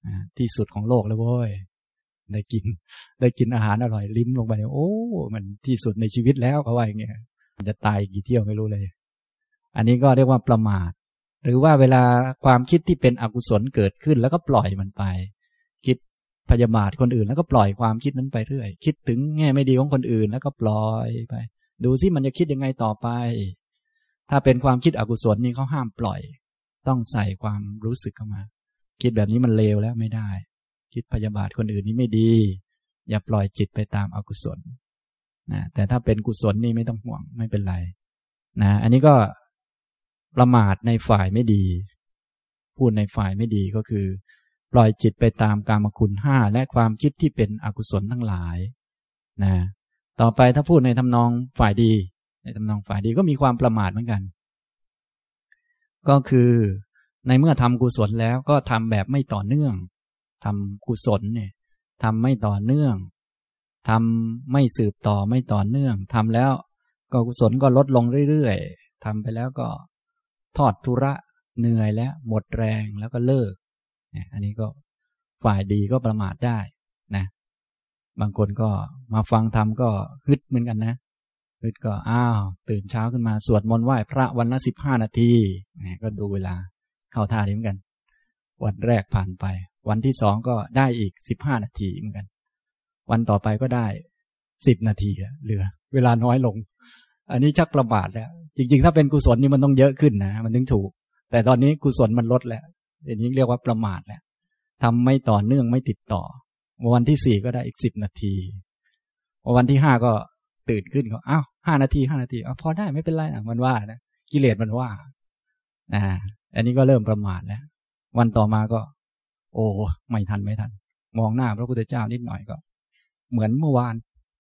ที่สุดของโลกแล้วเว้ยได้กินอาหารอร่อยลิ้มลงไปโอ้มันที่สุดในชีวิตแล้วเขาว่าอย่างเงี้ยจะตายกี่เที่ยวไม่รู้เลยอันนี้ก็เรียกว่าประมาทหรือว่าเวลาความคิดที่เป็นอกุศลเกิดขึ้นแล้วก็ปล่อยมันไปคิดพยาบาทคนอื่นแล้วก็ปล่อยความคิดนั้นไปเรื่อยคิดถึงแง่ไม่ดีของคนอื่นแล้วก็ปล่อยไปดูซิมันจะคิดยังไงต่อไปถ้าเป็นความคิดอกุศลนี่เขาห้ามปล่อยต้องใส่ความรู้สึกเข้ามาคิดแบบนี้มันเลวแล้วไม่ได้คิดพยาบาทคนอื่นนี่ไม่ดีอย่าปล่อยจิตไปตามอกุศลนะแต่ถ้าเป็นกุศลนี่ไม่ต้องห่วงไม่เป็นไรนะอันนี้ก็ประมาทในฝ่ายไม่ดีพูดในฝ่ายไม่ดีก็คือปล่อยจิตไปตามกามคุณห้าและความคิดที่เป็นอกุศลทั้งหลายนะต่อไปถ้าพูดในทำนองฝ่ายดีในทำนองฝ่ายดีก็มีความประมาทเหมือนกันก็คือในเมื่อทำกุศลแล้วก็ทำแบบไม่ต่อเนื่องทำกุศลเนี่ยทำไม่ต่อเนื่องทำไม่สืบต่อไม่ต่อเนื่องทำแล้วก็กุศลก็ลดลงเรื่อยๆทำไปแล้วก็ทอดทุระเหนื่อยแล้วหมดแรงแล้วก็เลิกเนี่ยอันนี้ก็ฝ่ายดีก็ประมาทได้นะบางคนก็มาฟังธรรมก็ฮึดเหมือนกันนะฮึดก็ตื่นเช้าขึ้นมาสวดมนต์ไหว้พระวันละ15 นาทีเนี่ยก็ดูเวลาเข้าท่าดีเหมือนกันวันแรกผ่านไปวันที่2ก็ได้อีก15 นาทีเหมือนกันวันต่อไปก็ได้10 นาทีเหลือเวลาน้อยลงอันนี้ชักประมาทแล้วจริงๆถ้าเป็นกุศลนี่มันต้องเยอะขึ้นนะมันถึงถูกแต่ตอนนี้กุศลมันลดแล้วอย่างนี้เรียกว่าประมาทแล้วทำไม่ต่อเนื่องไม่ติดต่อวันที่4ก็ได้อีก10 นาทีวันที่5ก็ตื่นขึ้นก็5 นาทีพอได้ไม่เป็นไรนะมันว่านะกิเลสมันว่าอันนี้ก็เริ่มประมาทแล้ววันต่อมาก็โอ้ไม่ทันมองหน้าพระพุทธเจ้านิดหน่อยก็เหมือนเมื่อวาน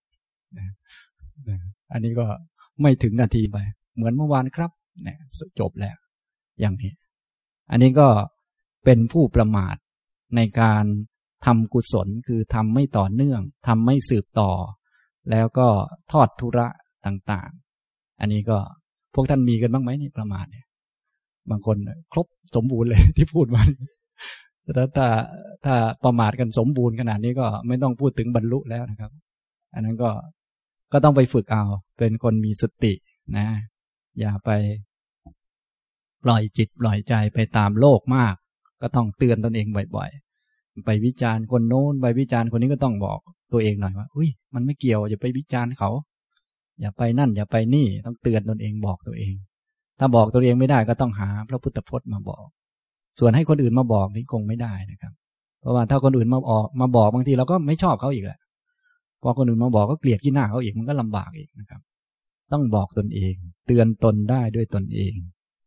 อันนี้ก็ไม่ถึงนาทีไปเหมือนเมื่อวานครับเนี่ยจบแล้วอย่างนี้อันนี้ก็เป็นผู้ประมาทในการทำกุศลคือทำไม่ต่อเนื่องทำไม่สืบต่อแล้วก็ทอดทุระต่างๆอันนี้ก็พวกท่านมีกันบ้างไหมนี่ประมาทเนี่ยบางคนครบสมบูรณ์เลยที่พูดมาถ้าประมาทกันสมบูรณ์ขนาดนี้ก็ไม่ต้องพูดถึงบรรลุแล้วนะครับอันนั้นก็ต้องไปฝึกเอาเป็นคนมีสตินะอย่าไปปล่อยจิตปล่อยใจไปตามโลกมากก็ต้องเตือนตนเองบ่อยๆไปวิจารณ์คนโน้นไปวิจารณ์คนนี้ก็ต้องบอกตัวเองหน่อยว่าอุ้ยมันไม่เกี่ยวอย่าไปวิจารณ์เขาอย่าไปนั่นอย่าไปนี่ต้องเตือนตนเองบอกตัวเองถ้าบอกตัวเองไม่ได้ก็ต้องหาพระพุทธพจน์มาบอกส่วนให้คนอื่นมาบอกนี่คงไม่ได้นะครับเพราะว่าถ้าคนอื่นมาบอกบางทีเราก็ไม่ชอบเขาอีกแหละพอคนอื่นมาบอกก็เกลียดขี้หน้าเขาอีกมันก็ลำบากอีกนะครับต้องบอกตนเองเตือนตนได้ด้วยตนเอง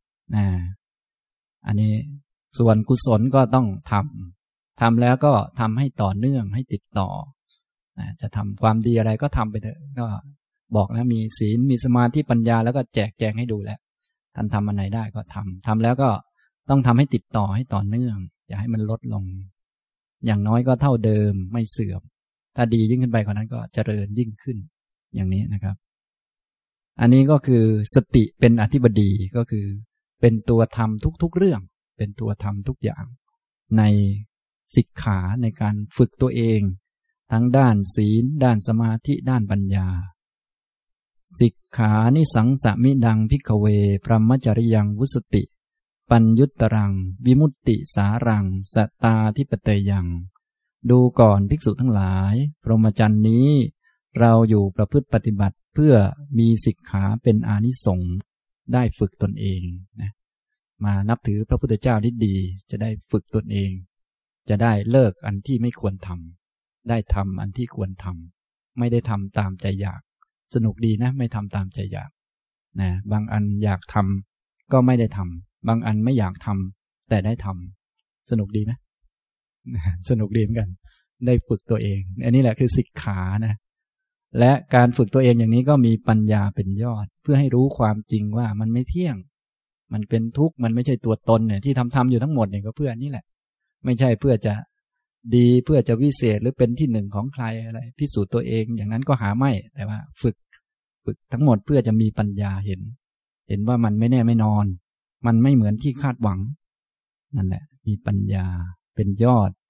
อันนี้ส่วนกุศลก็ต้องทำแล้วก็ทำให้ต่อเนื่องให้ติดต่อจะทำความดีอะไรก็ทำไปเถอะก็บอกนะมีศีลมีสมาธิปัญญาแล้วก็แจกแจงให้ดูแล้วท่านทำอันไหนได้ก็ทำแล้วก็ต้องทำให้ติดต่อให้ต่อเนื่องอย่าให้มันลดลงอย่างน้อยก็เท่าเดิมไม่เสื่อมถ้าดียิ่งขึ้นไปกว่านั้นก็เจริญยิ่งขึ้นอย่างนี้นะครับอันนี้ก็คือสติเป็นอธิบดีก็คือเป็นตัวทำทุกๆเรื่องเป็นตัวทำทุกอย่างในสิกขาในการฝึกตัวเองทั้งด้านศีลด้านสมาธิด้านปัญญาสิกขานิสังสมิดังภิกขเวพรหมจริยังวุสติปัญยุตตรังวิมุตติสารังสัตตาธิปเตยังดูก่อนภิกษุทั้งหลายพรหมจรรย์นี้เราอยู่ประพฤติปฏิบัติเพื่อมีสิกขาเป็นอานิสงส์ได้ฝึกตนเองนะมานับถือพระพุทธเจ้าที่ดีจะได้ฝึกตนเองจะได้เลิกอันที่ไม่ควรทำได้ทำอันที่ควรทำไม่ได้ทำตามใจอยากสนุกดีนะไม่ทำตามใจอยากนะบางอันอยากทำก็ไม่ได้ทำบางอันไม่อยากทำแต่ได้ทำสนุกดีไหมสนุกดีเหมือนกันได้ฝึกตัวเองอันนี้แหละคือสิกขานะและการฝึกตัวเองอย่างนี้ก็มีปัญญาเป็นยอดเพื่อให้รู้ความจริงว่ามันไม่เที่ยงมันเป็นทุกข์มันไม่ใช่ตัวตนเนี่ยที่ทำอยู่ทั้งหมดเนี่ยก็เพื่อนี่แหละไม่ใช่เพื่อจะดีเพื่อจะวิเศษหรือเป็นที่หนึ่งของใครอะไรพิสูจน์ตัวเองอย่างนั้นก็หาไม่แต่ว่าฝึกทั้งหมดเพื่อจะมีปัญญาเห็นว่ามันไม่แน่ไม่นอนมันไม่เหมือนที่คาดหวังนั่นแหละมีปัญญาเป็นยอด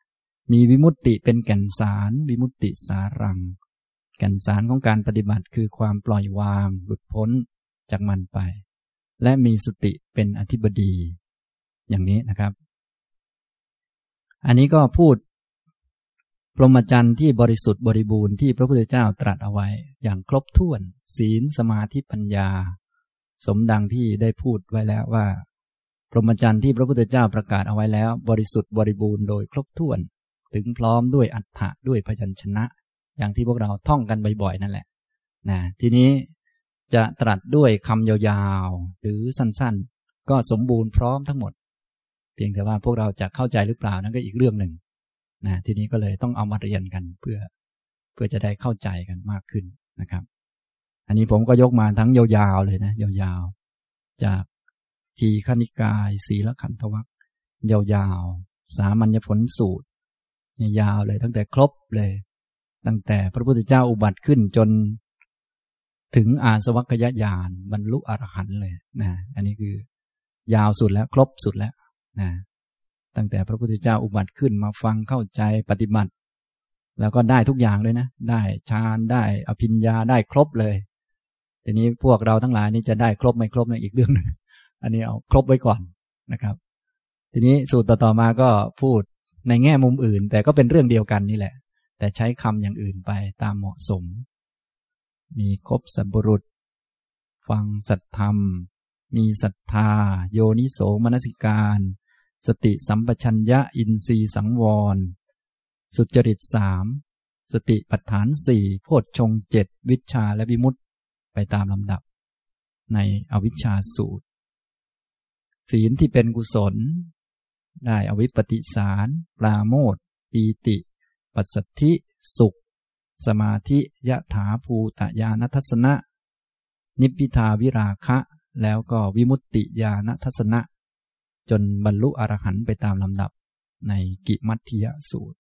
มีวิมุตติเป็นแก่นสารวิมุตติสารังแก่นสารของการปฏิบัติคือความปล่อยวางหลุดพ้นจากมันไปและมีสติเป็นอธิบดีอย่างนี้นะครับอันนี้ก็พูดพรหมจรรย์ที่บริสุทธิ์บริบูรณ์ที่พระพุทธเจ้าตรัสเอาไว้อย่างครบถ้วนศีลสมาธิปัญญาสมดังที่ได้พูดไว้แล้วว่าพรหมจรรย์ที่พระพุทธเจ้าประกาศเอาไว้แล้วบริสุทธิ์บริบูรณ์โดยครบถ้วนถึงพร้อมด้วยอรรถะด้วยพยัญชนะอย่างที่พวกเราท่องกันบ่อยๆนั่นแหละนะทีนี้จะตรัสด้วยคำยาวๆหรือสั้นๆก็สมบูรณ์พร้อมทั้งหมดเพียงแต่ว่าพวกเราจะเข้าใจหรือเปล่านั่นก็อีกเรื่องหนึ่งนะทีนี้ก็เลยต้องเอามาเรียนกันเพื่อจะได้เข้าใจกันมากขึ้นนะครับอันนี้ผมก็ยกมาทั้งยาวๆเลยนะยาวๆจากทีฆนิกายศีลขันธวรรคยาวๆสามัญญผลสูตรยาวเลยตั้งแต่ครบเลยตั้งแต่พระพุทธเจ้าอุบัติขึ้นจนถึงอาสวัคยญาณบรรลุอรหันต์เลยนะอันนี้คือยาวสุดแล้วครบสุดแล้วนะตั้งแต่พระพุทธเจ้าอุบัติขึ้นมาฟังเข้าใจปฏิบัติแล้วก็ได้ทุกอย่างเลยนะได้ฌานได้อภิญญาได้ครบเลยทีนี้พวกเราทั้งหลายนี่จะได้ครบไม่ครบในอีกเรื่องนึงอันนี้เอาครบไว้ก่อนนะครับทีนี้สูตรต่อมาก็พูดในแง่มุมอื่นแต่ก็เป็นเรื่องเดียวกันนี่แหละแต่ใช้คำอย่างอื่นไปตามเหมาะสมมีครบสัพบุรุษฟังสัตธรรมมีศรัทธาโยนิโสมนสิการสติสัมปชัญญะอินทรีย์สังวรสุจริต3สติปัฏฐาน4โพชฌงค์7วิชชาและวิมุตติไปตามลำดับในอวิชชาสูตรศีลที่เป็นกุศลได้อวิปปิสารปราโมทย์ปีติปัสสัทธิสุขสมาธิยะถาภูตญาณทัสสนะนิพพิทาวิราคะแล้วก็วิมุตติญาณทัสสนะจนบรรลุอรหันต์ไปตามลำดับในกิมัฏฐิยสูตร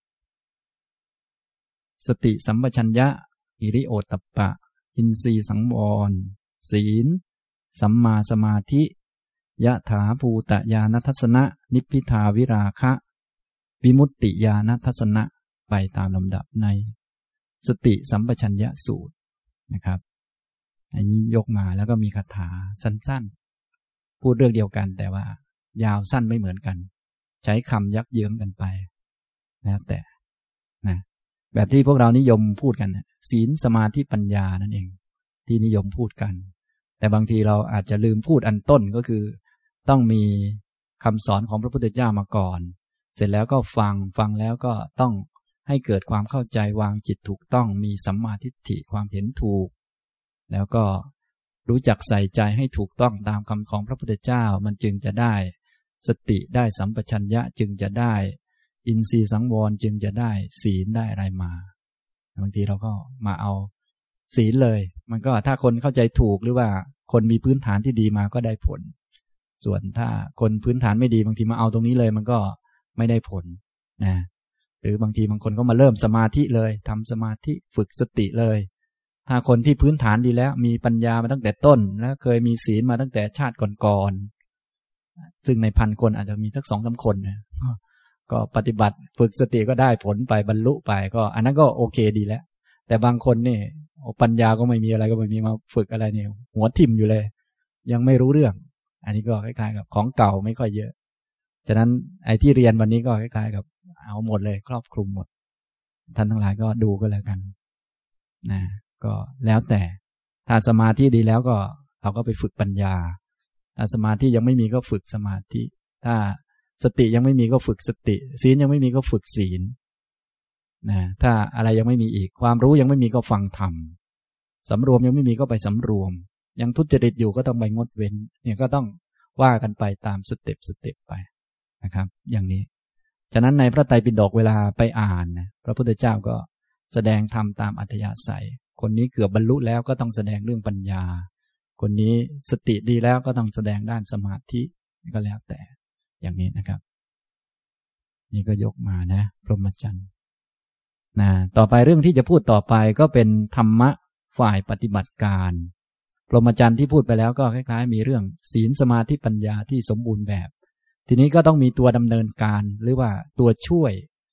สติสัมปชัญญะหิริโอตตัปปะอินทรีย์สังวรศีลสัมมาสมาธิยะถาภูตญาณทัสสนะนิพพิทาวิราคะวิมุตติญาณทัสสนะไปตามลำดับในสติสัมปชัญญะสูตรนะครับอันนี้ยกมาแล้วก็มีคาถาสั้นๆพูดเรื่องเดียวกันแต่ว่ายาวสั้นไม่เหมือนกันใช้คำยักเยื้องกันไปแล้วแต่นะแบบที่พวกเรานิยมพูดกันศีลสมาธิปัญญานั่นเองที่นิยมพูดกันแต่บางทีเราอาจจะลืมพูดอันต้นก็คือต้องมีคำสอนของพระพุทธเจ้ามาก่อนเสร็จแล้วก็ฟังแล้วก็ต้องให้เกิดความเข้าใจวางจิตถูกต้องมีสัมมาทิฏฐิความเห็นถูกแล้วก็รู้จักใส่ใจให้ถูกต้องตามคำของพระพุทธเจ้ามันจึงจะได้สติได้สัมปชัญญะจึงจะได้อินทรีย์สังวรจึงจะได้ศีลได้อะไรมาบางทีเราก็มาเอาศีลเลยมันก็ถ้าคนเข้าใจถูกหรือว่าคนมีพื้นฐานที่ดีมาก็ได้ผลส่วนถ้าคนพื้นฐานไม่ดีบางทีมาเอาตรงนี้เลยมันก็ไม่ได้ผลนะหรือบางทีบางคนก็มาเริ่มสมาธิเลยทำสมาธิฝึกสติเลยถ้าคนที่พื้นฐานดีแล้วมีปัญญามาตั้งแต่ต้นแล้วเคยมีศีลมาตั้งแต่ชาติก่อนๆซึ่งใน1,000 คนอาจจะมีสัก 2-3 คนนะก็ปฏิบัติฝึกสติก็ได้ผลไปบรรลุไปก็อันนั้นก็โอเคดีแล้วแต่บางคนนี่ปัญญาก็ไม่มีอะไรก็ไม่มีมาฝึกอะไรเนี่ยหัวทิ่มอยู่เลยยังไม่รู้เรื่องอันนี้ก็คล้ายๆกับของเก่าไม่ค่อยเยอะฉะนั้นไอ้ที่เรียนวันนี้ก็คล้ายๆกับเอาหมดเลยครอบคลุมหมดท่านทั้งหลายก็ดูก็แล้วกันนะก็แล้วแต่ถ้าสมาธิดีแล้วก็เราก็ไปฝึกปัญญาถ้าสมาธิยังไม่มีก็ฝึกสมาธิถ้าสติยังไม่มีก็ฝึกสติศีลยังไม่มีก็ฝึกศีลนะถ้าอะไรยังไม่มีอีกความรู้ยังไม่มีก็ฟังธรรมสำรวมยังไม่มีก็ไปสำรวมยังทุจริตอยู่ก็ต้องไปงดเว้นเนี่ยก็ต้องว่ากันไปตามสเต็ปไปนะครับอย่างนี้ฉะนั้นในพระไตรปิฎกเวลาไปอ่านนะพระพุทธเจ้าก็แสดงธรรมตามอัธยาศัยคนนี้เกือบบรรลุแล้วก็ต้องแสดงเรื่องปัญญาคนนี้สติดีแล้วก็ต้องแสดงด้านสมาธิก็แล้วแต่อย่างนี้นะครับนี่ก็ยกมานะพรหมจรรย์นะต่อไปเรื่องที่จะพูดต่อไปก็เป็นธรรมะฝ่ายปฏิบัติการพรหมจรรย์ที่พูดไปแล้วก็คล้ายๆมีเรื่องศีลสมาธิปัญญาที่สมบูรณ์แบบทีนี้ก็ต้องมีตัวดำเนินการหรือว่าตัวช่วย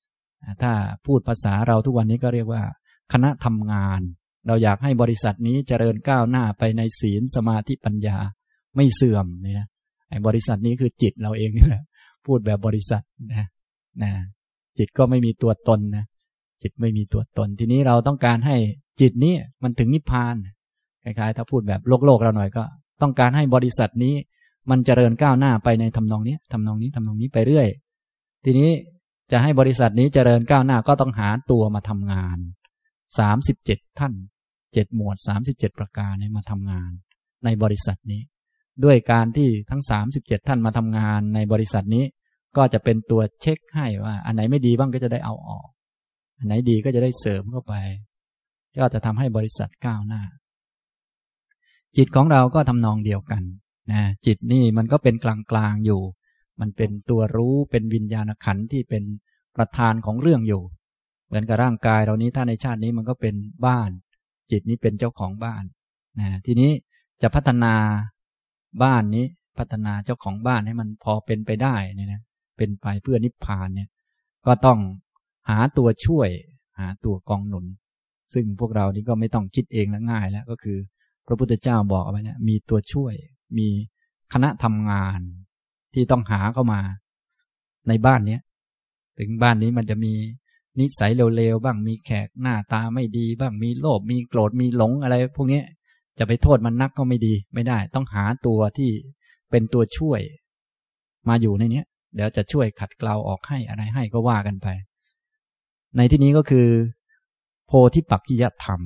ถ้าพูดภาษาเราทุกวันนี้ก็เรียกว่าคณะทำงานเราอยากให้บริษัทนี้เจริญก้าวหน้าไปในศีลสมาธิปัญญาไม่เสื่อมนี่นะไอ้บริษัทนี้คือจิตเราเองนี่แหละพูดแบบบริษัทนะจิตก็ไม่มีตัวตนนะจิตไม่มีตัวตนทีนี้เราต้องการให้จิตนี้มันถึงนิพพานคล้ายๆถ้าพูดแบบโลกเราหน่อยก็ต้องการให้บริษัทนี้มันเจริญก้าวหน้าไปในทำนองนี้ทำนองนี้ไปเรื่อยทีนี้จะให้บริษัทนี้เจริญก้าวหน้าก็ต้องหาตัวมาทำงาน37ท่าน7หมวด37ประการนี้มาทำงานในบริษัทนี้ด้วยการที่ทั้ง37ท่านมาทำงานในบริษัทนี้ก็จะเป็นตัวเช็คให้ว่าอันไหนไม่ดีบ้างก็จะได้เอาออกอันไหนดีก็จะได้เสริมเข้าไปก็จะทำให้บริษัทก้าวหน้าจิตของเราก็ทำนองเดียวกันนะจิตนี่มันก็เป็นกลางๆอยู่มันเป็นตัวรู้เป็นวิญญาณขันธ์ที่เป็นประธานของเรื่องอยู่เหมือนกับร่างกายเรานี้ถ้าในชาตินี้มันก็เป็นบ้านจิตนี้เป็นเจ้าของบ้านนะทีนี้จะพัฒนาบ้านนี้พัฒนาเจ้าของบ้านให้มันพอเป็นไปได้เนี่ยนะเป็นไปเพื่อนิพพานเนี่ยก็ต้องหาตัวช่วยหาตัวกองหนุนซึ่งพวกเรานี่ก็ไม่ต้องคิดเองแล้วง่ายแล้วก็คือพระพุทธเจ้าบอกเอาไว้เนี่ยมีตัวช่วยมีคณะทำงานที่ต้องหาเข้ามาในบ้านนี้ถึงบ้านนี้มันจะมีนิสัยเร็วๆบ้างมีแขกหน้าตาไม่ดีบ้างมีโลภมีโกรธมีหลงอะไรพวกนี้จะไปโทษมันนักก็ไม่ดีไม่ได้ต้องหาตัวที่เป็นตัวช่วยมาอยู่ในนี้เดี๋ยวจะช่วยขัดเกลาออกให้อะไรให้ก็ว่ากันไปในที่นี้ก็คือโพธิปักขิยธรรม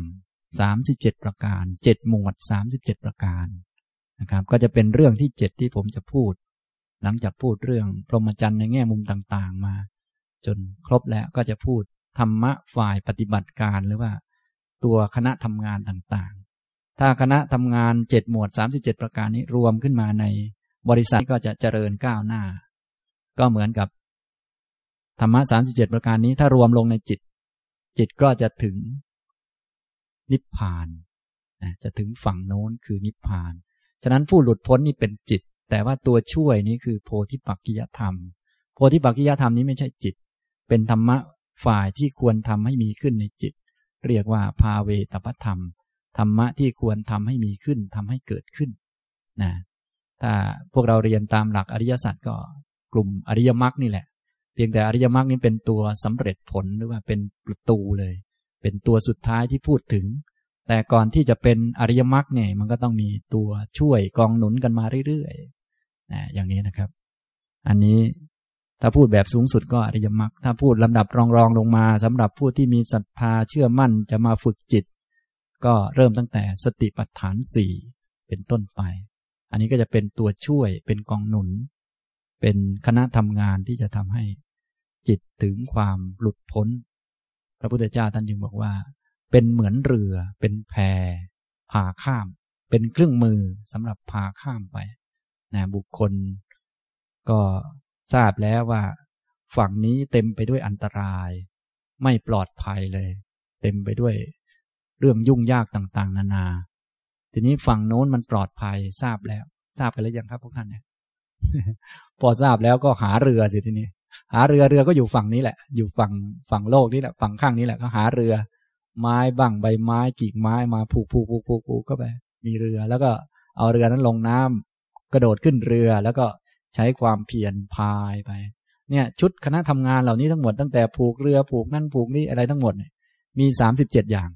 37ประการ7หมวด37ประการนะครับก็จะเป็นเรื่องที่7ที่ผมจะพูดหลังจากพูดเรื่องพรหมจรรย์ในแง่มุมต่างๆมาจนครบแล้วก็จะพูดธรรมะฝ่ายปฏิบัติการหรือว่าตัวคณะทำงานต่างๆถ้าคณะทำงาน7หมวด37ประการนี้รวมขึ้นมาในบริษัทก็จะเจริญก้าวหน้าก็เหมือนกับธรรมะ37ประการนี้ถ้ารวมลงในจิตก็จะถึงนิพพานจะถึงฝั่งโน้นคือนิพพานฉะนั้นผู้หลุดพ้นนี่เป็นจิตแต่ว่าตัวช่วยนี้คือโพธิปักขิยธรรมโพธิปักขิยธรรมนี้ไม่ใช่จิตเป็นธรรมะฝ่ายที่ควรทำให้มีขึ้นในจิตเรียกว่าภาเวตปธรรมธรรมะที่ควรทำให้มีขึ้นทำให้เกิดขึ้นนะถ้าพวกเราเรียนตามหลักอริยสัจก็กลุ่มอริยมรรคนี่แหละเพียงแต่อริยมรรคนี้เป็นตัวสำเร็จผลหรือว่าเป็นประตูเลยเป็นตัวสุดท้ายที่พูดถึงแต่ก่อนที่จะเป็นอริยมรรคเนี่ยมันก็ต้องมีตัวช่วยกองหนุนกันมาเรื่อยๆนะอย่างนี้นะครับอันนี้ถ้าพูดแบบสูงสุดก็อริยมรรคถ้าพูดลำดับรองๆลงมาสำหรับผู้ที่มีศรัทธาเชื่อมั่นจะมาฝึกจิตก็เริ่มตั้งแต่สติปัฏฐาน4เป็นต้นไปอันนี้ก็จะเป็นตัวช่วยเป็นกองหนุนเป็นคณะทำงานที่จะทำให้จิตถึงความหลุดพ้นพระพุทธเจ้าท่านจึงบอกว่าเป็นเหมือนเรือเป็นแพพาข้ามเป็นเครื่องมือสำหรับพาข้ามไปนะบุคคลก็ทราบแล้วว่าฝั่งนี้เต็มไปด้วยอันตรายไม่ปลอดภัยเลยเต็มไปด้วยเรื่องยุ่งยากต่างๆนานาทีนี้ฝั่งโน้นมันปลอดภัยทราบแล้วทราบไปแล้วยังครับพวกท่านเนี่ย พอทราบแล้วก็หาเรือสิทีนี้หาเรือก็อยู่ฝั่งนี้แหละอยู่ฝั่งโลกนี้แหละฝั่งข้างนี้แหละก็หาเรือไม้บ้างใบไม้กิ่งไม้มาผูกก็ไปมีเรือแล้วก็เอาเรือนั้นลงน้ำกระโดดขึ้นเรือแล้วก็ใช้ความเพียรพายไปเนี่ยชุดคณะทำงานเหล่านี้ทั้งหมดตั้งแต่ผูกเรือผูกนั่นผูกนี่อะไรทั้งหมดเนี่ยมี37อย่าง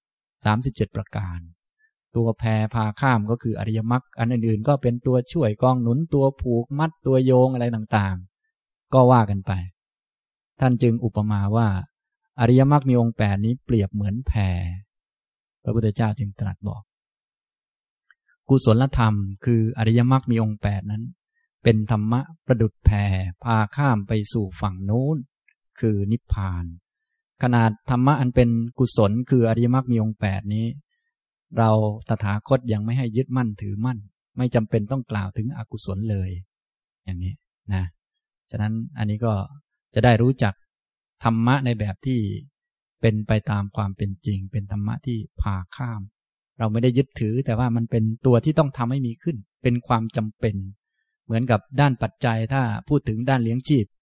37ประการตัวแพพาข้ามก็คืออริยมรรคอันอื่นๆก็เป็นตัวช่วยกองหนุนตัวผูกมัดตัวโยงอะไรต่างๆก็ว่ากันไปท่านจึงอุปมาว่าอริยมรรคมีองค์8นี้เปรียบเหมือนแพพระพุทธเจ้าจึงตรัสบอกกุศลธรรมคืออริยมรรคมีองค์8นั้นเป็นธรรมะประดุจแพพาข้ามไปสู่ฝั่งโน้นคือนิพพานขนาดธรรมะอันเป็นกุศลคืออริยมรรคมีองค์8นี้เราตถาคตยังไม่ให้ยึดมั่นถือมั่นไม่จำเป็นต้องกล่าวถึงอกุศลเลยอย่างนี้นะฉะนั้นอันนี้ก็จะได้รู้จักธรรมะในแบบที่เป็นไปตามความเป็นจริงเป็นธรรมะที่พาข้ามเราไม่ได้ยึดถือแต่ว่ามันเป็นตัวที่ต้องทำให้มีขึ้นเป็นความจำเป็นเหมือนกับด้านปัจจัยถ้าพูดถึงด้านเลี้ยงชีพ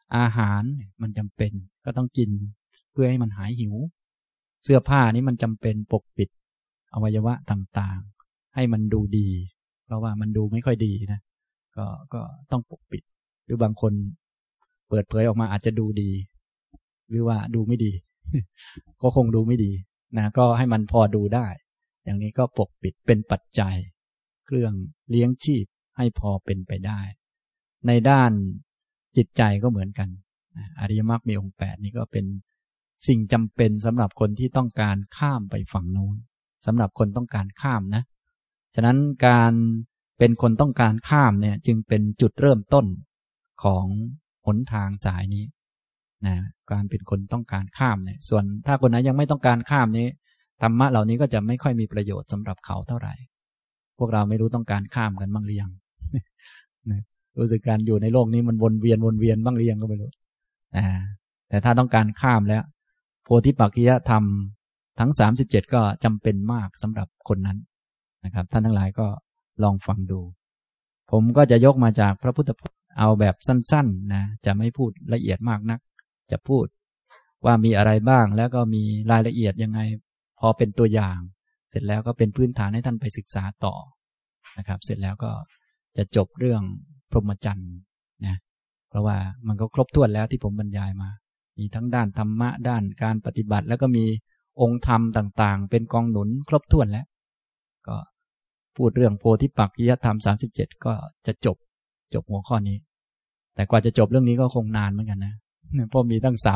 อาหารมันจำเป็นก็ต้องกินเพื่อให้มันหายหิวเสื้อผ้านี้มันจำเป็นปกปิดอวัยวะต่างๆให้มันดูดีเพราะว่ามันดูไม่ค่อยดีนะก็ต้องปกปิดหรือบางคนเปิดเผยออกมาอาจจะดูดีหรือว่าดูไม่ดี ก็คงดูไม่ดีนะก็ให้มันพอดูได้อย่างนี้ก็ปกปิดเป็นปัจจัยเครื่องเลี้ยงชีพให้พอเป็นไปได้ในด้านจิตใจก็เหมือนกันอริยมรรคมีองค์8นี้ก็เป็นสิ่งจำเป็นสำหรับคนที่ต้องการข้ามไปฝั่งโน้นสำหรับคนต้องการข้ามนะฉะนั้นการเป็นคนต้องการข้ามเนี่ยจึงเป็นจุดเริ่มต้นของหนทางสายนี้นะการเป็นคนต้องการข้ามเนี่ยส่วนถ้าคนไหนยังไม่ต้องการข้ามนี้ธรรมะเหล่านี้ก็จะไม่ค่อยมีประโยชน์สำหรับเขาเท่าไหร่พวกเราไม่รู้ต้องการข้ามกันบ้างหรือยัง รู้สึกการอยู่ในโลกนี้มันวนเวียนบ้างหรือยังก็ไม่รู้แต่ถ้าต้องการข้ามแล้วโพธิปักขิยธรรมทั้ง37ก็จำเป็นมากสำหรับคนนั้นนะครับท่านทั้งหลายก็ลองฟังดูผมก็จะยกมาจากพระพุทธพจน์เอาแบบสั้นๆนะจะไม่พูดละเอียดมากนักจะพูดว่ามีอะไรบ้างแล้วก็มีรายละเอียดยังไงพอเป็นตัวอย่างเสร็จแล้วก็เป็นพื้นฐานให้ท่านไปศึกษาต่อนะครับเสร็จแล้วก็จะจบเรื่องพรหมจรรย์นะเพราะว่ามันก็ครบถ้วนแล้วที่ผมบรรยายมามีทั้งด้านธรรมะด้านการปฏิบัติแล้วก็มีองค์ธรรมต่างๆเป็นกองหนุนครบถ้วนแล้วก็พูดเรื่องโพธิปักขิยธรรม37ก็จะจบหัวข้อนี้แต่กว่าจะจบเรื่องนี้ก็คงนานเหมือนกันนะเพราะมีตั้ง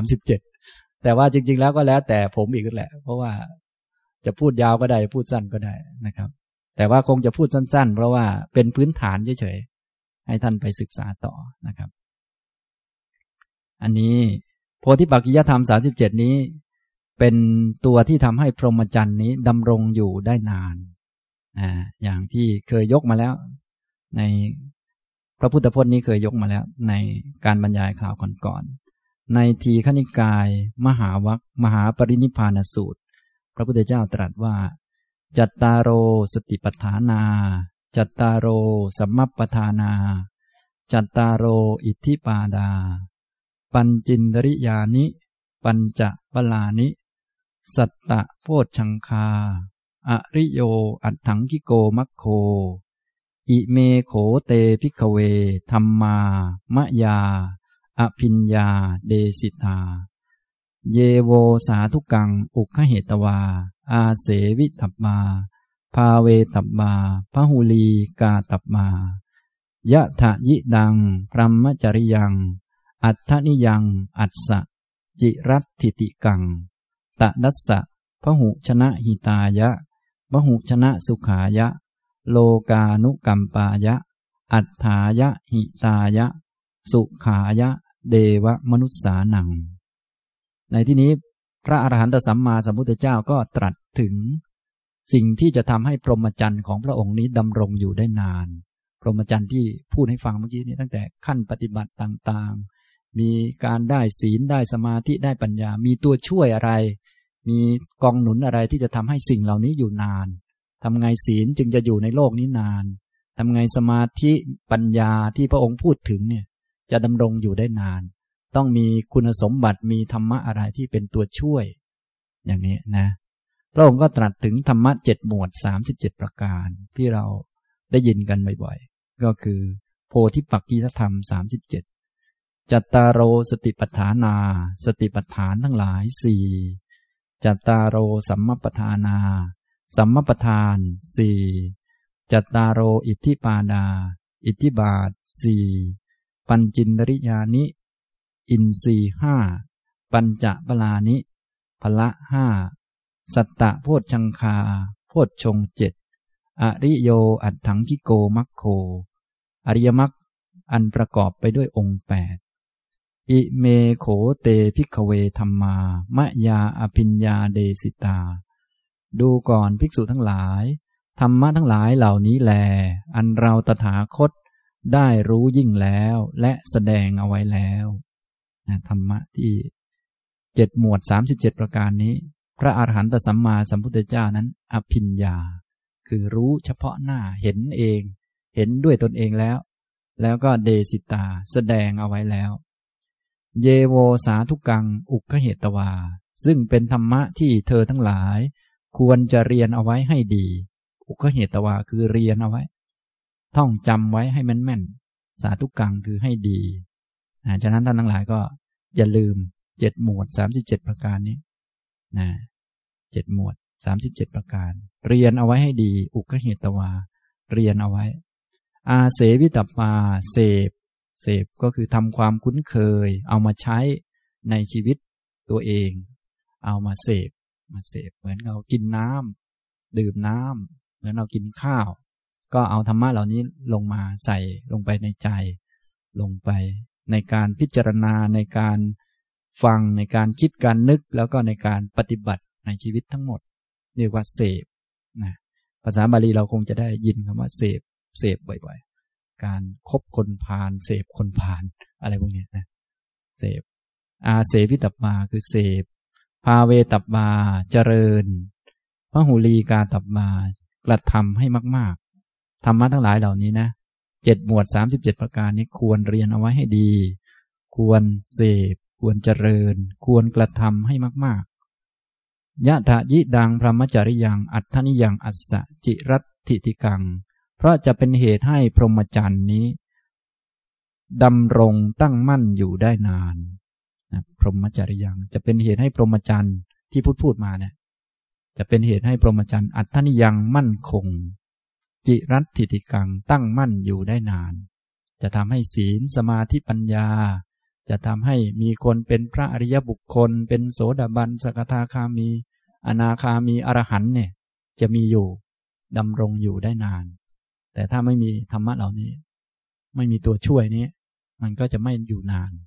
37แต่ว่าจริงๆแล้วก็แล้วแต่ผมอีกแหละเพราะว่าจะพูดยาวก็ได้พูดสั้นก็ได้นะครับแต่ว่าคงจะพูดสั้นๆเพราะว่าเป็นพื้นฐานเฉยๆให้ท่านไปศึกษาต่อนะครับอันนี้โพธิปักขิยธรรม37นี้เป็นตัวที่ทำให้พรหมจรรย์นี้ดำรงอยู่ได้นานอย่างที่เคยยกมาแล้วในพระพุทธพจน์นี้เคยยกมาแล้วในการบรรยายข่าวก่อนๆในทีฆนิกายมหาวรรคมหาปรินิพพานสูตรพระพุทธเจ้าตรัสว่าจัตตารโอสติปัฏฐานาจัตตารโอสัมมัปปทานาจัตตารโออิทธิปาดาปัญจินดริยานิปัญจปลานิสัตตะโพชฌังคาอริโยอัตถังคิโกมัคโคอิเมโขเตภิกขเวธัมมามะยาอภิญญาเดสิตาเยโวสาธุกังอุคเหตวาอาเสวิตัปมาภาเวตัปมาพหุลีกาตัปมายะทะยิดังพรหมจริยังอัตถนิยังอัสสะจิรัตถิติกังตะดัสสะพหุชนะหิตายะพหุชนะสุขายะโลกานุกัมปายะอัฏฐายะหิตายะสุขายะเดวมนุสสานังในที่นี้พระอรหันตสัมมาสัมพุทธเจ้าก็ตรัสถึงสิ่งที่จะทำให้พรหมจรรย์ของพระองค์นี้ดำรงอยู่ได้นานพรหมจรรย์ที่พูดให้ฟังเมื่อกี้นี้ตั้งแต่ขั้นปฏิบัติต่างๆมีการได้ศีลได้สมาธิได้ปัญญามีตัวช่วยอะไรมีกองหนุนอะไรที่จะทำให้สิ่งเหล่านี้อยู่นานทำไงศีลจึงจะอยู่ในโลกนี้นานทำไงสมาธิปัญญาที่พระองค์พูดถึงเนี่ยจะดำรงอยู่ได้นานต้องมีคุณสมบัติมีธรรมะอะไรที่เป็นตัวช่วยอย่างนี้นะพระองค์ก็ตรัสถึงธรรมะ7หมวด37ประการที่เราได้ยินกันบ่อยๆก็คือโพธิปักขิยธรรม37จัตตารโอสติปัฏฐานาสติปัฏฐานทั้งหลาย4จัตตารโอสัมมัปปทานาสัมมัปปทาน4จัตตารโออิทธิปาดาอิทธิบาท4ปัญจินดริยานิอินทรีย์5ปัญจปลานิพละ5สัตตะโพชฌังคาโพชฌงค์7อริโยอัตถังคิโกมัคโคอริยมรรคอันประกอบไปด้วยองค์8อิเมโขเตภิกขเวธัมมามะยาอภิญญาเดสิตาดูก่อนภิกษุทั้งหลายธรรมะทั้งหลายเหล่านี้แลอันเราตถาคตได้รู้ยิ่งแล้วและแสดงเอาไว้แล้วธรรมะที่7หมวด37ประการนี้พระอรหันตสัมมาสัมพุทธเจ้านั้นอภิญญาคือรู้เฉพาะหน้าเห็นเองเห็นด้วยตนเองแล้วก็เดสิตาแสดงเอาไว้แล้วเยโวสาธุกังอุกขเหตวาซึ่งเป็นธรรมะที่เธอทั้งหลายควรจะเรียนเอาไว้ให้ดีอุกขเหตวาคือเรียนเอาไว้ท่องจำไว้ให้แม่นๆสาธุกังคือให้ดีฉะนั้นท่านทั้งหลายก็อย่าลืม7หมวด37ประการนี้7หมวด37ประการเรียนเอาไว้ให้ดีอุกขเหตวาเรียนเอาไว้อาเสวิตัปปาเสพก็คือทำความคุ้นเคยเอามาใช้ในชีวิตตัวเองเอามาเสพเหมือนเรากินน้ำดื่มน้ำเหมือนเรากินข้าวก็เอาธรรมะเหล่านี้ลงมาใส่ลงไปในใจลงไปในการพิจารณาในการฟังในการคิดการนึกแล้วก็ในการปฏิบัติในชีวิตทั้งหมดเรียกว่าเสพภาษาบาลีเราคงจะได้ยินคำว่าเสพบ่อยๆการคบคนพาลเสพคนพาลอะไรพวกนี้นะเสพอาเสวิตัปปาคือเสพภาเวตัปปาเจริญพหุลีกาตัปปากระทำให้มากๆธรรมะทั้งหลายเหล่านี้นะ7หมวด37ประการนี้ควรเรียนเอาไว้ให้ดีควรเสพควรเจริญควรกระทำให้มากๆยะถะยิดังพรหมจริยังอัตถนิยังอัสสะจิรัตถิติกังเพราะจะเป็นเหตุให้พรหมจรรย์นี้ดำรงตั้งมั่นอยู่ได้นานพรหมจริยังจะเป็นเหตุให้พรหมจรรย์ที่พูดมาเนี่ยจะเป็นเหตุให้พรหมจรรย์อัตถนิยังมั่นคงจิรัตถิติกังตั้งมั่นอยู่ได้นานจะทำให้ศีลสมาธิปัญญาจะทำให้มีคนเป็นพระอริยบุคคลเป็นโสดาบันสกทาคามีอนาคามีอรหันต์เนี่ยจะมีอยู่ดำรงอยู่ได้นานแต่ถ้าไม่มีธรรมะเหล่านี้ไม่มีตัวช่วยนี้มันก็จะไม่อยู่นาน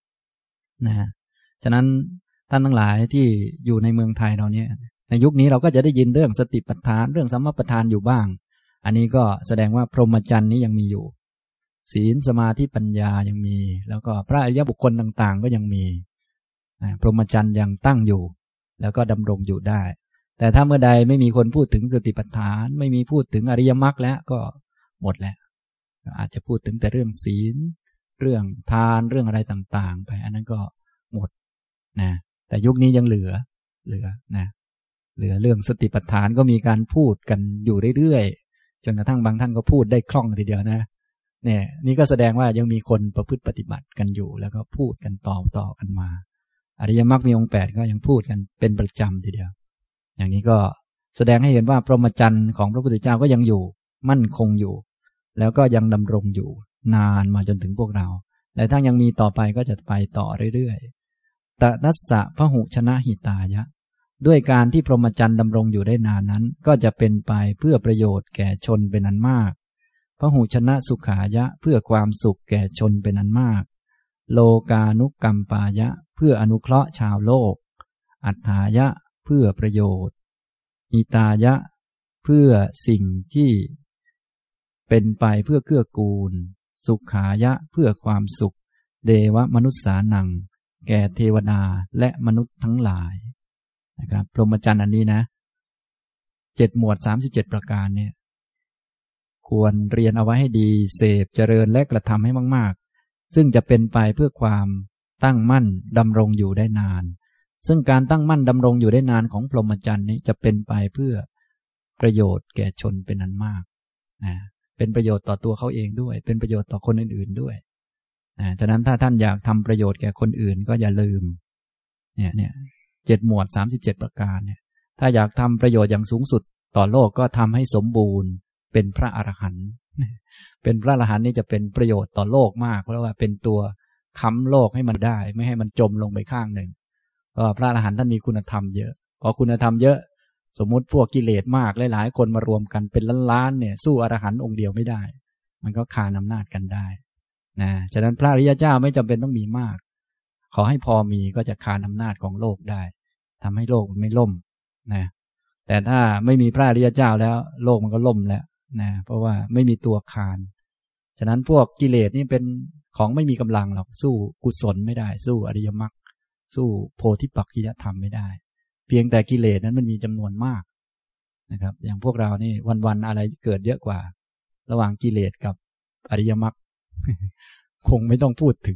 ฉะนั้นท่านทั้งหลายที่อยู่ในเมืองไทยเราเนี่ยในยุคนี้เราก็จะได้ยินเรื่องสติปัฏฐานเรื่องสัมมาปัฏฐานอยู่บ้างอันนี้ก็แสดงว่าพรหมจรรย์นี้ยังมีอยู่ศีลสมาธิปัญญายังมีแล้วก็พระอริยบุคคลต่างๆก็ยังมีพรหมจรรย์ยังตั้งอยู่แล้วก็ดำรงอยู่ได้แต่ถ้าเมื่อใดไม่มีคนพูดถึงสติปัฏฐานไม่มีพูดถึงอริยมรรคแล้วก็หมดแล้วอาจจะพูดถึงแต่เรื่องศีลเรื่องทานเรื่องอะไรต่างๆไปอันนั้นก็หมดแต่ยุคนี้ยังเหลือเรื่องสติปัฏฐานก็มีการพูดกันอยู่เรื่อยๆจนกระทั่งบางท่านก็พูดได้คล่องทีเดียวเนี่ยนี่ก็แสดงว่ายังมีคนประพฤติปฏิบัติกันอยู่แล้วก็พูดกันต่อกันมาอริยมรรคมีองค์8ก็ยังพูดกันเป็นประจำทีเดียวอย่างนี้ก็แสดงให้เห็นว่าพรหมจรรย์ของพระพุทธเจ้าก็ยังอยู่มั่นคงอยู่แล้วก็ยังดำรงอยู่นานมาจนถึงพวกเราและถ้ายังมีต่อไปก็จะไปต่อเรื่อยๆตนัสสะพหุชนะหิตายะด้วยการที่พรหมจรรย์ดำรงอยู่ได้นานนั้นก็จะเป็นไปเพื่อประโยชน์แก่ชนเป็นอันมากพหุชนะสุขายะเพื่อความสุขแก่ชนเป็นอันมากโลกานุกรรมปายะเพื่ออนุเคราะห์ชาวโลกอัฏฐายะเพื่อประโยชน์หิตายะเพื่อสิ่งที่เป็นไปเพื่อเกื้อกูลสุขายะเพื่อความสุขเดวมนุษสานังแก่เทวดาและมนุษย์ทั้งหลายนะครับพรหมจรรย์อันนี้นะ7หมวด37ประการเนี่ยควรเรียนเอาไว้ให้ดีเสพเจริญและกระทำให้มากๆซึ่งจะเป็นไปเพื่อความตั้งมั่นดำรงอยู่ได้นานซึ่งการตั้งมั่นดำรงอยู่ได้นานของพรหมจรรย์นี้จะเป็นไปเพื่อประโยชน์แก่ชนเป็นอันมากเป็นประโยชน์ต่อตัวเขาเองด้วยเป็นประโยชน์ต่อคนอื่นๆด้วยฉะนั้นถ้าท่านอยากทำประโยชน์แก่คนอื่นก็อย่าลืมเนี่ย7หมวด37ประการเนี่ยถ้าอยากทำประโยชน์อย่างสูงสุดต่อโลกก็ทำให้สมบูรณ์เป็นพระอรหันต์เป็นพระอรหันต์นี่จะเป็นประโยชน์ต่อโลกมากเพราะว่าเป็นตัวค้ำโลกให้มันได้ไม่ให้มันจมลงไปข้างหนึ่งเพราะพระอรหันต์ท่านมีคุณธรรมเยอะพอคุณธรรมเยอะสมมุติพวกกิเลสมากหลายๆคนมารวมกันเป็นล้านๆเนี่ยสู้อรหันต์องค์เดียวไม่ได้มันก็คานอำนาจกันได้ฉะนั้นพระอริยเจ้าไม่จำเป็นต้องมีมากขอให้พอมีก็จะคานอำนาจของโลกได้ทำให้โลกมันไม่ล่มแต่ถ้าไม่มีพระอริยเจ้าแล้วโลกมันก็ล่มแล้วเพราะว่าไม่มีตัวคานฉะนั้นพวกกิเลสนี่เป็นของไม่มีกำลังหรอกสู้กุศลไม่ได้สู้อริยมรรคสู้โพธิปักขิยธรรมไม่ได้เพียงแต่กิเลสนั้นมันมีจำนวนมากนะครับอย่างพวกเรานี่วันๆอะไรเกิดเยอะกว่าระหว่างกิเลสกับอริยมรรค คงไม่ต้องพูดถึง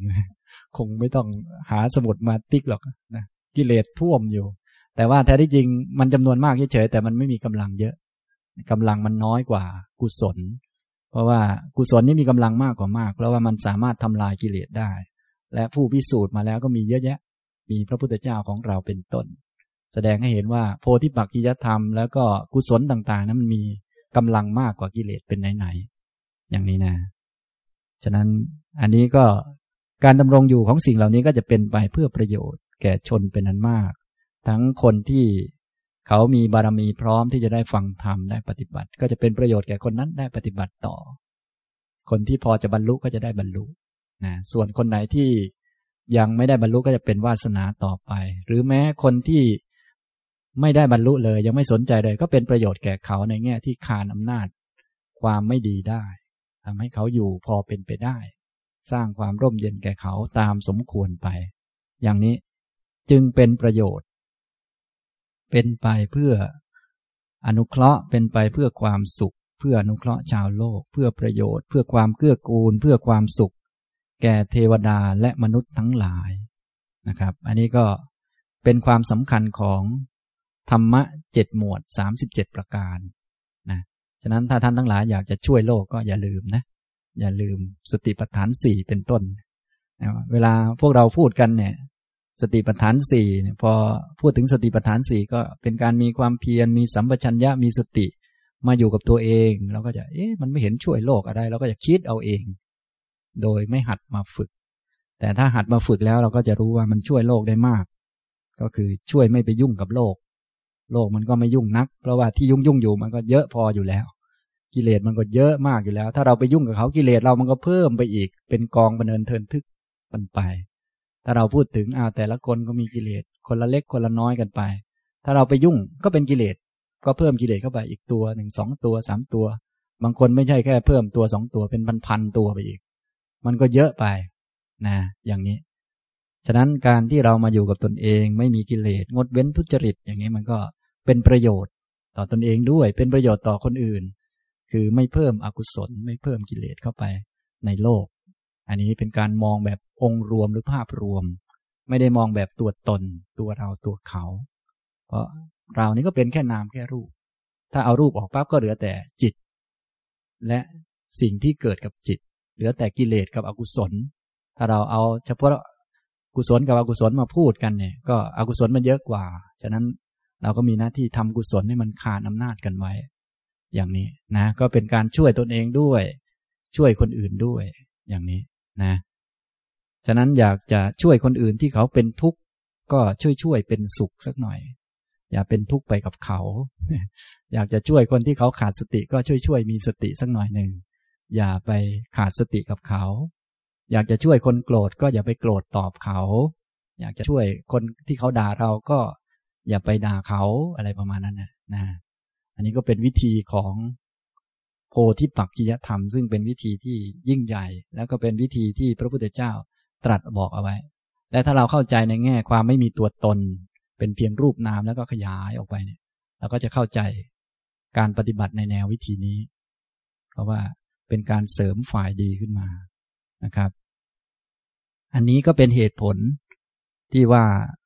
คงไม่ต้องหาสมุดมาติ๊กหรอกนะกิเลสท่วมอยู่แต่ว่าแท้ที่จริงมันจำนวนมากเฉยๆแต่มันไม่มีกำลังเยอะกำลังมันน้อยกว่ากุศลเพราะว่ากุศลนี่มีกำลังมากกว่ามากเพราะว่ามันสามารถทำลายกิเลสได้และผู้พิสูจน์มาแล้วก็มีเยอะแยะมีพระพุทธเจ้าของเราเป็นต้นแสดงให้เห็นว่าโพธิปักขิยธรรมแล้วก็กุศลต่างๆนั้นมันมีกำลังมากกว่ากิเลสเป็นไหนๆอย่างนี้นะฉะนั้นอันนี้ก็การดำรงอยู่ของสิ่งเหล่านี้ก็จะเป็นไปเพื่อประโยชน์แก่ชนเป็นอันมากทั้งคนที่เขามีบารมีพร้อมที่จะได้ฟังธรรมได้ปฏิบัติก็จะเป็นประโยชน์แก่คนนั้นได้ปฏิบัติต่อคนที่พอจะบรรลุก็จะได้บรรลุนะส่วนคนไหนที่ยังไม่ได้บรรลุก็จะเป็นวาสนาต่อไปหรือแม้คนที่ไม่ได้บรรลุเลยยังไม่สนใจเลยก็เป็นประโยชน์แก่เขาในแง่ที่คานอำนาจความไม่ดีได้ทำให้เขาอยู่พอเป็นไปได้สร้างความร่มเย็นแก่เขาตามสมควรไปอย่างนี้จึงเป็นประโยชน์เป็นไปเพื่ออนุเคราะห์เป็นไปเพื่อความสุขเพื่ออนุเคราะห์ชาวโลกเพื่อประโยชน์เพื่อความเกื้อกูลเพื่อความสุขแก่เทวดาและมนุษย์ทั้งหลายนะครับอันนี้ก็เป็นความสำคัญของธรรมะ7หมวด37ประการนะฉะนั้นถ้าท่านทั้งหลายอยากจะช่วยโลกก็อย่าลืมนะอย่าลืมสติปัฏฐาน4เป็นต้นนะเวลาพวกเราพูดกันเนี่ยสติปัฏฐาน4เนี่ยพอพูดถึงสติปัฏฐาน4ก็เป็นการมีความเพียรมีสัมปชัญญะมีสติมาอยู่กับตัวเองเราก็จะมันไม่เห็นช่วยโลกอะไรเราก็จะคิดเอาเองโดยไม่หัดมาฝึกแต่ถ้าหัดมาฝึกแล้วเราก็จะรู้ว่ามันช่วยโลกได้มากก็คือช่วยไม่ไปยุ่งกับโลกมันก็ไม่ยุ่งนักเพราะว่าที่ยุ่งอยู่มันก็เยอะพออยู่แล้วกิเลสมันก็เยอะมากอยู่แล้วถ้าเราไปยุ่งกับเขากิเลสเรามันก็เพิ่มไปอีกเป็นกองบันเทิงเทินทึกมันไปถ้าเราพูดถึงแต่ละคนก็มีกิเลสคนละเล็กคนละน้อยกันไปถ้าเราไปยุ่งก็เป็นกิเลสก็เพิ่มกิเลสเข้าไปอีกตัว1 2ตัว3ตัวบางคนไม่ใช่แค่เพิ่มตัว2ตัวเป็นพันๆตัวไปอีกมันก็เยอะไปนะอย่างนี้ฉะนั้นการที่เรามาอยู่กับตนเองไม่มีกิเลสงดเว้นทุจริตอย่างนี้มันก็เป็นประโยชน์ต่อตนเองด้วยเป็นประโยชน์ต่อคนอื่นคือไม่เพิ่มอกุศลไม่เพิ่มกิเลสเข้าไปในโลกอันนี้เป็นการมองแบบองค์รวมหรือภาพรวมไม่ได้มองแบบตัวตนตัวเราตัวเขาเพราะเรานี่ก็เป็นแค่นามแค่รูปถ้าเอารูปออกปั๊บก็เหลือแต่จิตและสิ่งที่เกิดกับจิตเหลือแต่กิเลสกับอกุศลถ้าเราเอาเฉพาะกุศลกับอกุศลมาพูดกันเนี่ยก็อกุศลมันเยอะกว่าฉะนั้นเราก็มีหน้าที่ทำกุศลให้มันคานอำนาจกันไว้อย่างนี้นะก็เป็นการช่วยตนเองด้วยช่วยคนอื่นด้วยอย่างนี้นะฉะนั้นอยากจะช่วยคนอื่นที่เขาเป็นทุกข์ก็ช่วยเป็นสุขสักหน่อยอย่าเป็นทุกข์ไปกับเขา อยากจะช่วยคนที่เขาขาดสติก็ช่วยมีสติสักหน่อยหนึ่งอย่าไปขาดสติกับเขาอยากจะช่วยคนโกรธก็อย่าไปโกรธตอบเขาอยากจะช่วยคนที่เขาด่าเราก็อย่าไปด่าเขาอะไรประมาณนั้นนะอันนี้ก็เป็นวิธีของโพธิปักขิยธรรมซึ่งเป็นวิธีที่ยิ่งใหญ่แล้วก็เป็นวิธีที่พระพุทธเจ้าตรัสบอกเอาไว้และถ้าเราเข้าใจในแง่ความไม่มีตัวตนเป็นเพียงรูปนามแล้วก็ขยายออกไปเนี่ยเราก็จะเข้าใจการปฏิบัติในแนววิธีนี้เพราะว่าเป็นการเสริมฝ่ายดีขึ้นมานะครับอันนี้ก็เป็นเหตุผลที่ว่า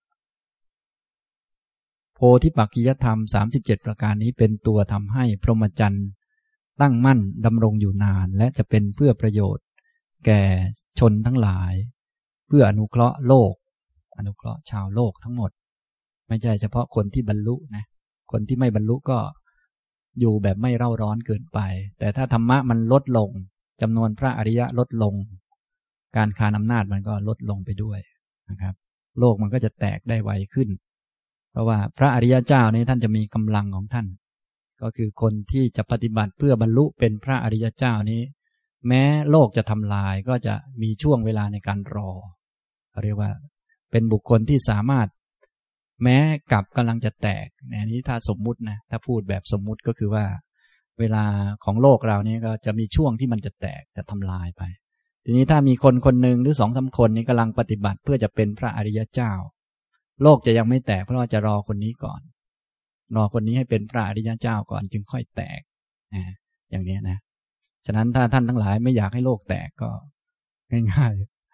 โพธิปักขิยธรรม37ประการนี้เป็นตัวทำให้พรหมจรรย์ตั้งมั่นดำรงอยู่นานและจะเป็นเพื่อประโยชน์แก่ชนทั้งหลายเพื่ออนุเคราะห์โลกอนุเคราะห์ชาวโลกทั้งหมดไม่ใช่เฉพาะคนที่บรรลุนะคนที่ไม่บรรลุก็อยู่แบบไม่เร่าร้อนเกินไปแต่ถ้าธรรมะมันลดลงจำนวนพระอริยะลดลงการคานอำนาจมันก็ลดลงไปด้วยนะครับโลกมันก็จะแตกได้ไวขึ้นเพราะว่าพระอริยเจ้านี้ท่านจะมีกำลังของท่านก็คือคนที่จะปฏิบัติเพื่อบรรลุเป็นพระอริยเจ้านี้แม้โลกจะทำลายก็จะมีช่วงเวลาในการรอเรียกว่าเป็นบุคคลที่สามารถแม้กับกำลังจะแตกอันนี้ถ้าสมมุตินะถ้าพูดแบบสมมุติก็คือว่าเวลาของโลกเรานี้ก็จะมีช่วงที่มันจะแตกจะทำลายไปทีนี้ถ้ามีคนคนหนึ่งหรือ2-3 คนนี้กำลังปฏิบัติเพื่อจะเป็นพระอริยเจ้าโลกจะยังไม่แตกเพราะว่าจะรอคนนี้ก่อนรอคนนี้ให้เป็นพระอริยเจ้าก่อนจึงค่อยแตกอย่างนี้นะฉะนั้นถ้าท่านทั้งหลายไม่อยากให้โลกแตกก็ง่าย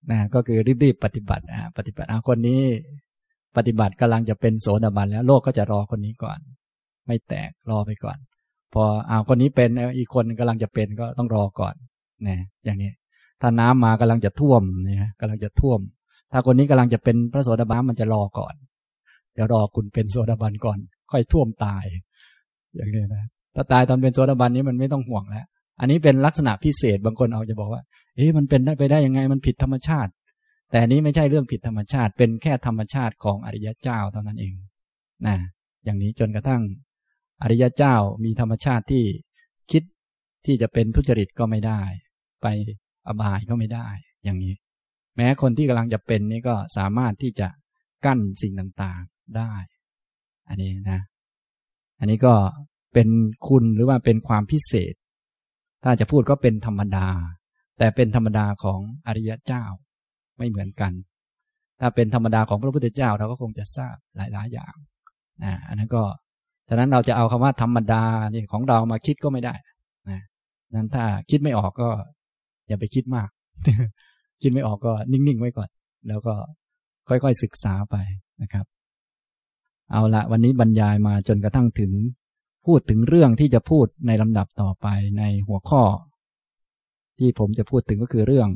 นะก็คือรีบๆปฏิบัติปฏิบัติคนนี้ปฏิบัติกำลังจะเป็นโสดาบันแล้วโลกก็จะรอคนนี้ก่อนไม่แตกรอไปก่อนพอคนนี้เป็นอีกคนกำลังจะเป็นก็ต้องรอก่อนนะอย่างนี้ถ้าน้ำมากำลังจะท่วมเนี่ยกำลังจะท่วมถ้าคนนี้กำลังจะเป็นพระโสดาบันมันจะรอก่อนเดี๋ยวรอคุณเป็นโสดาบันก่อนค่อยท่วมตายอย่างนี้นะถ้าตายตอนเป็นโสดาบันนี้มันไม่ต้องห่วงแล้วอันนี้เป็นลักษณะพิเศษบางคนเอาจะบอกว่ามันเป็นได้ไปได้ยังไงมันผิดธรรมชาติแต่อันนี้ไม่ใช่เรื่องผิดธรรมชาติเป็นแค่ธรรมชาติของอริยเจ้าเท่านั้นเองนะอย่างนี้จนกระทั่งอริยเจ้ามีธรรมชาติที่คิดที่จะเป็นทุจริตก็ไม่ได้ไปอบายก็ไม่ได้อย่างนี้แม้คนที่กำลังจะเป็นนี่ก็สามารถที่จะกั้นสิ่งต่างๆได้อันนี้นะอันนี้ก็เป็นคุณหรือว่าเป็นความพิเศษถ้าจะพูดก็เป็นธรรมดาแต่เป็นธรรมดาของอริยเจ้าไม่เหมือนกันถ้าเป็นธรรมดาของพระพุทธเจ้าเราก็คงจะทราบหลายๆอย่างอันนั้นก็ฉะนั้นเราจะเอาคำว่าธรรมดานี่ของเรามาคิดก็ไม่ได้นั้นถ้าคิดไม่ออกก็อย่าไปคิดมาก คิดไม่ออกก็นิ่งๆไว้ก่อนแล้วก็ค่อยๆศึกษาไปนะครับเอาละวันนี้บรรยายมาจนกระทั่งถึงพูดถึงเรื่องที่จะพูดในลำดับต่อไปในหัวข้อที่ผมจะพูดถึงก็คือเรื่อง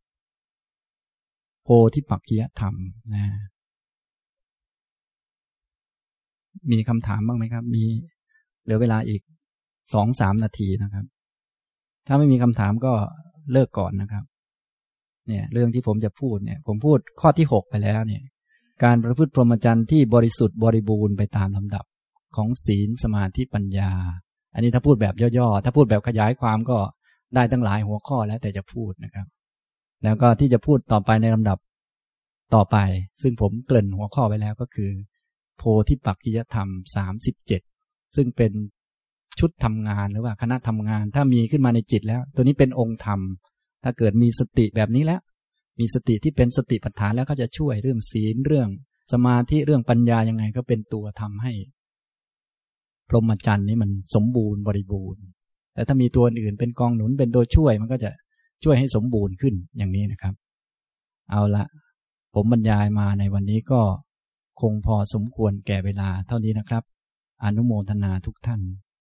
โพธิปักขิยธรรมนะมีคำถามบ้างไหมครับมีเหลือเวลาอีก 2-3 นาทีนะครับถ้าไม่มีคำถามก็เลิกก่อนนะครับเนี่ยเรื่องที่ผมจะพูดเนี่ยผมพูดข้อที่6ไปแล้วเนี่ยการประพฤติพรหมจรรย์ที่บริสุทธิ์บริบูรณ์ไปตามลำดับของศีลสมาธิปัญญาอันนี้ถ้าพูดแบบย่อๆถ้าพูดแบบขยายความก็ได้ตั้งหลายหัวข้อแล้วแต่จะพูดนะครับแล้วก็ที่จะพูดต่อไปในลำดับต่อไปซึ่งผมเกริ่นหัวข้อไว้แล้วก็คือโพธิปักขิยธรรม37ซึ่งเป็นชุดทำงานหรือว่าคณะทำงานถ้ามีขึ้นมาในจิตแล้วตัวนี้เป็นองค์ธรรมถ้าเกิดมีสติแบบนี้แล้วมีสติที่เป็นสติปัฏฐานแล้วก็จะช่วยเรื่องศีลเรื่องสมาธิเรื่องปัญญายังไงก็เป็นตัวทำให้พรหมจรรย์นี้มันสมบูรณ์บริบูรณ์แต่ถ้ามีตัวอื่นเป็นกองหนุนเป็นตัวช่วยมันก็จะช่วยให้สมบูรณ์ขึ้นอย่างนี้นะครับเอาละผมบรรยายมาในวันนี้ก็คงพอสมควรแก่เวลาเท่านี้นะครับอนุโมทนาทุกท่าน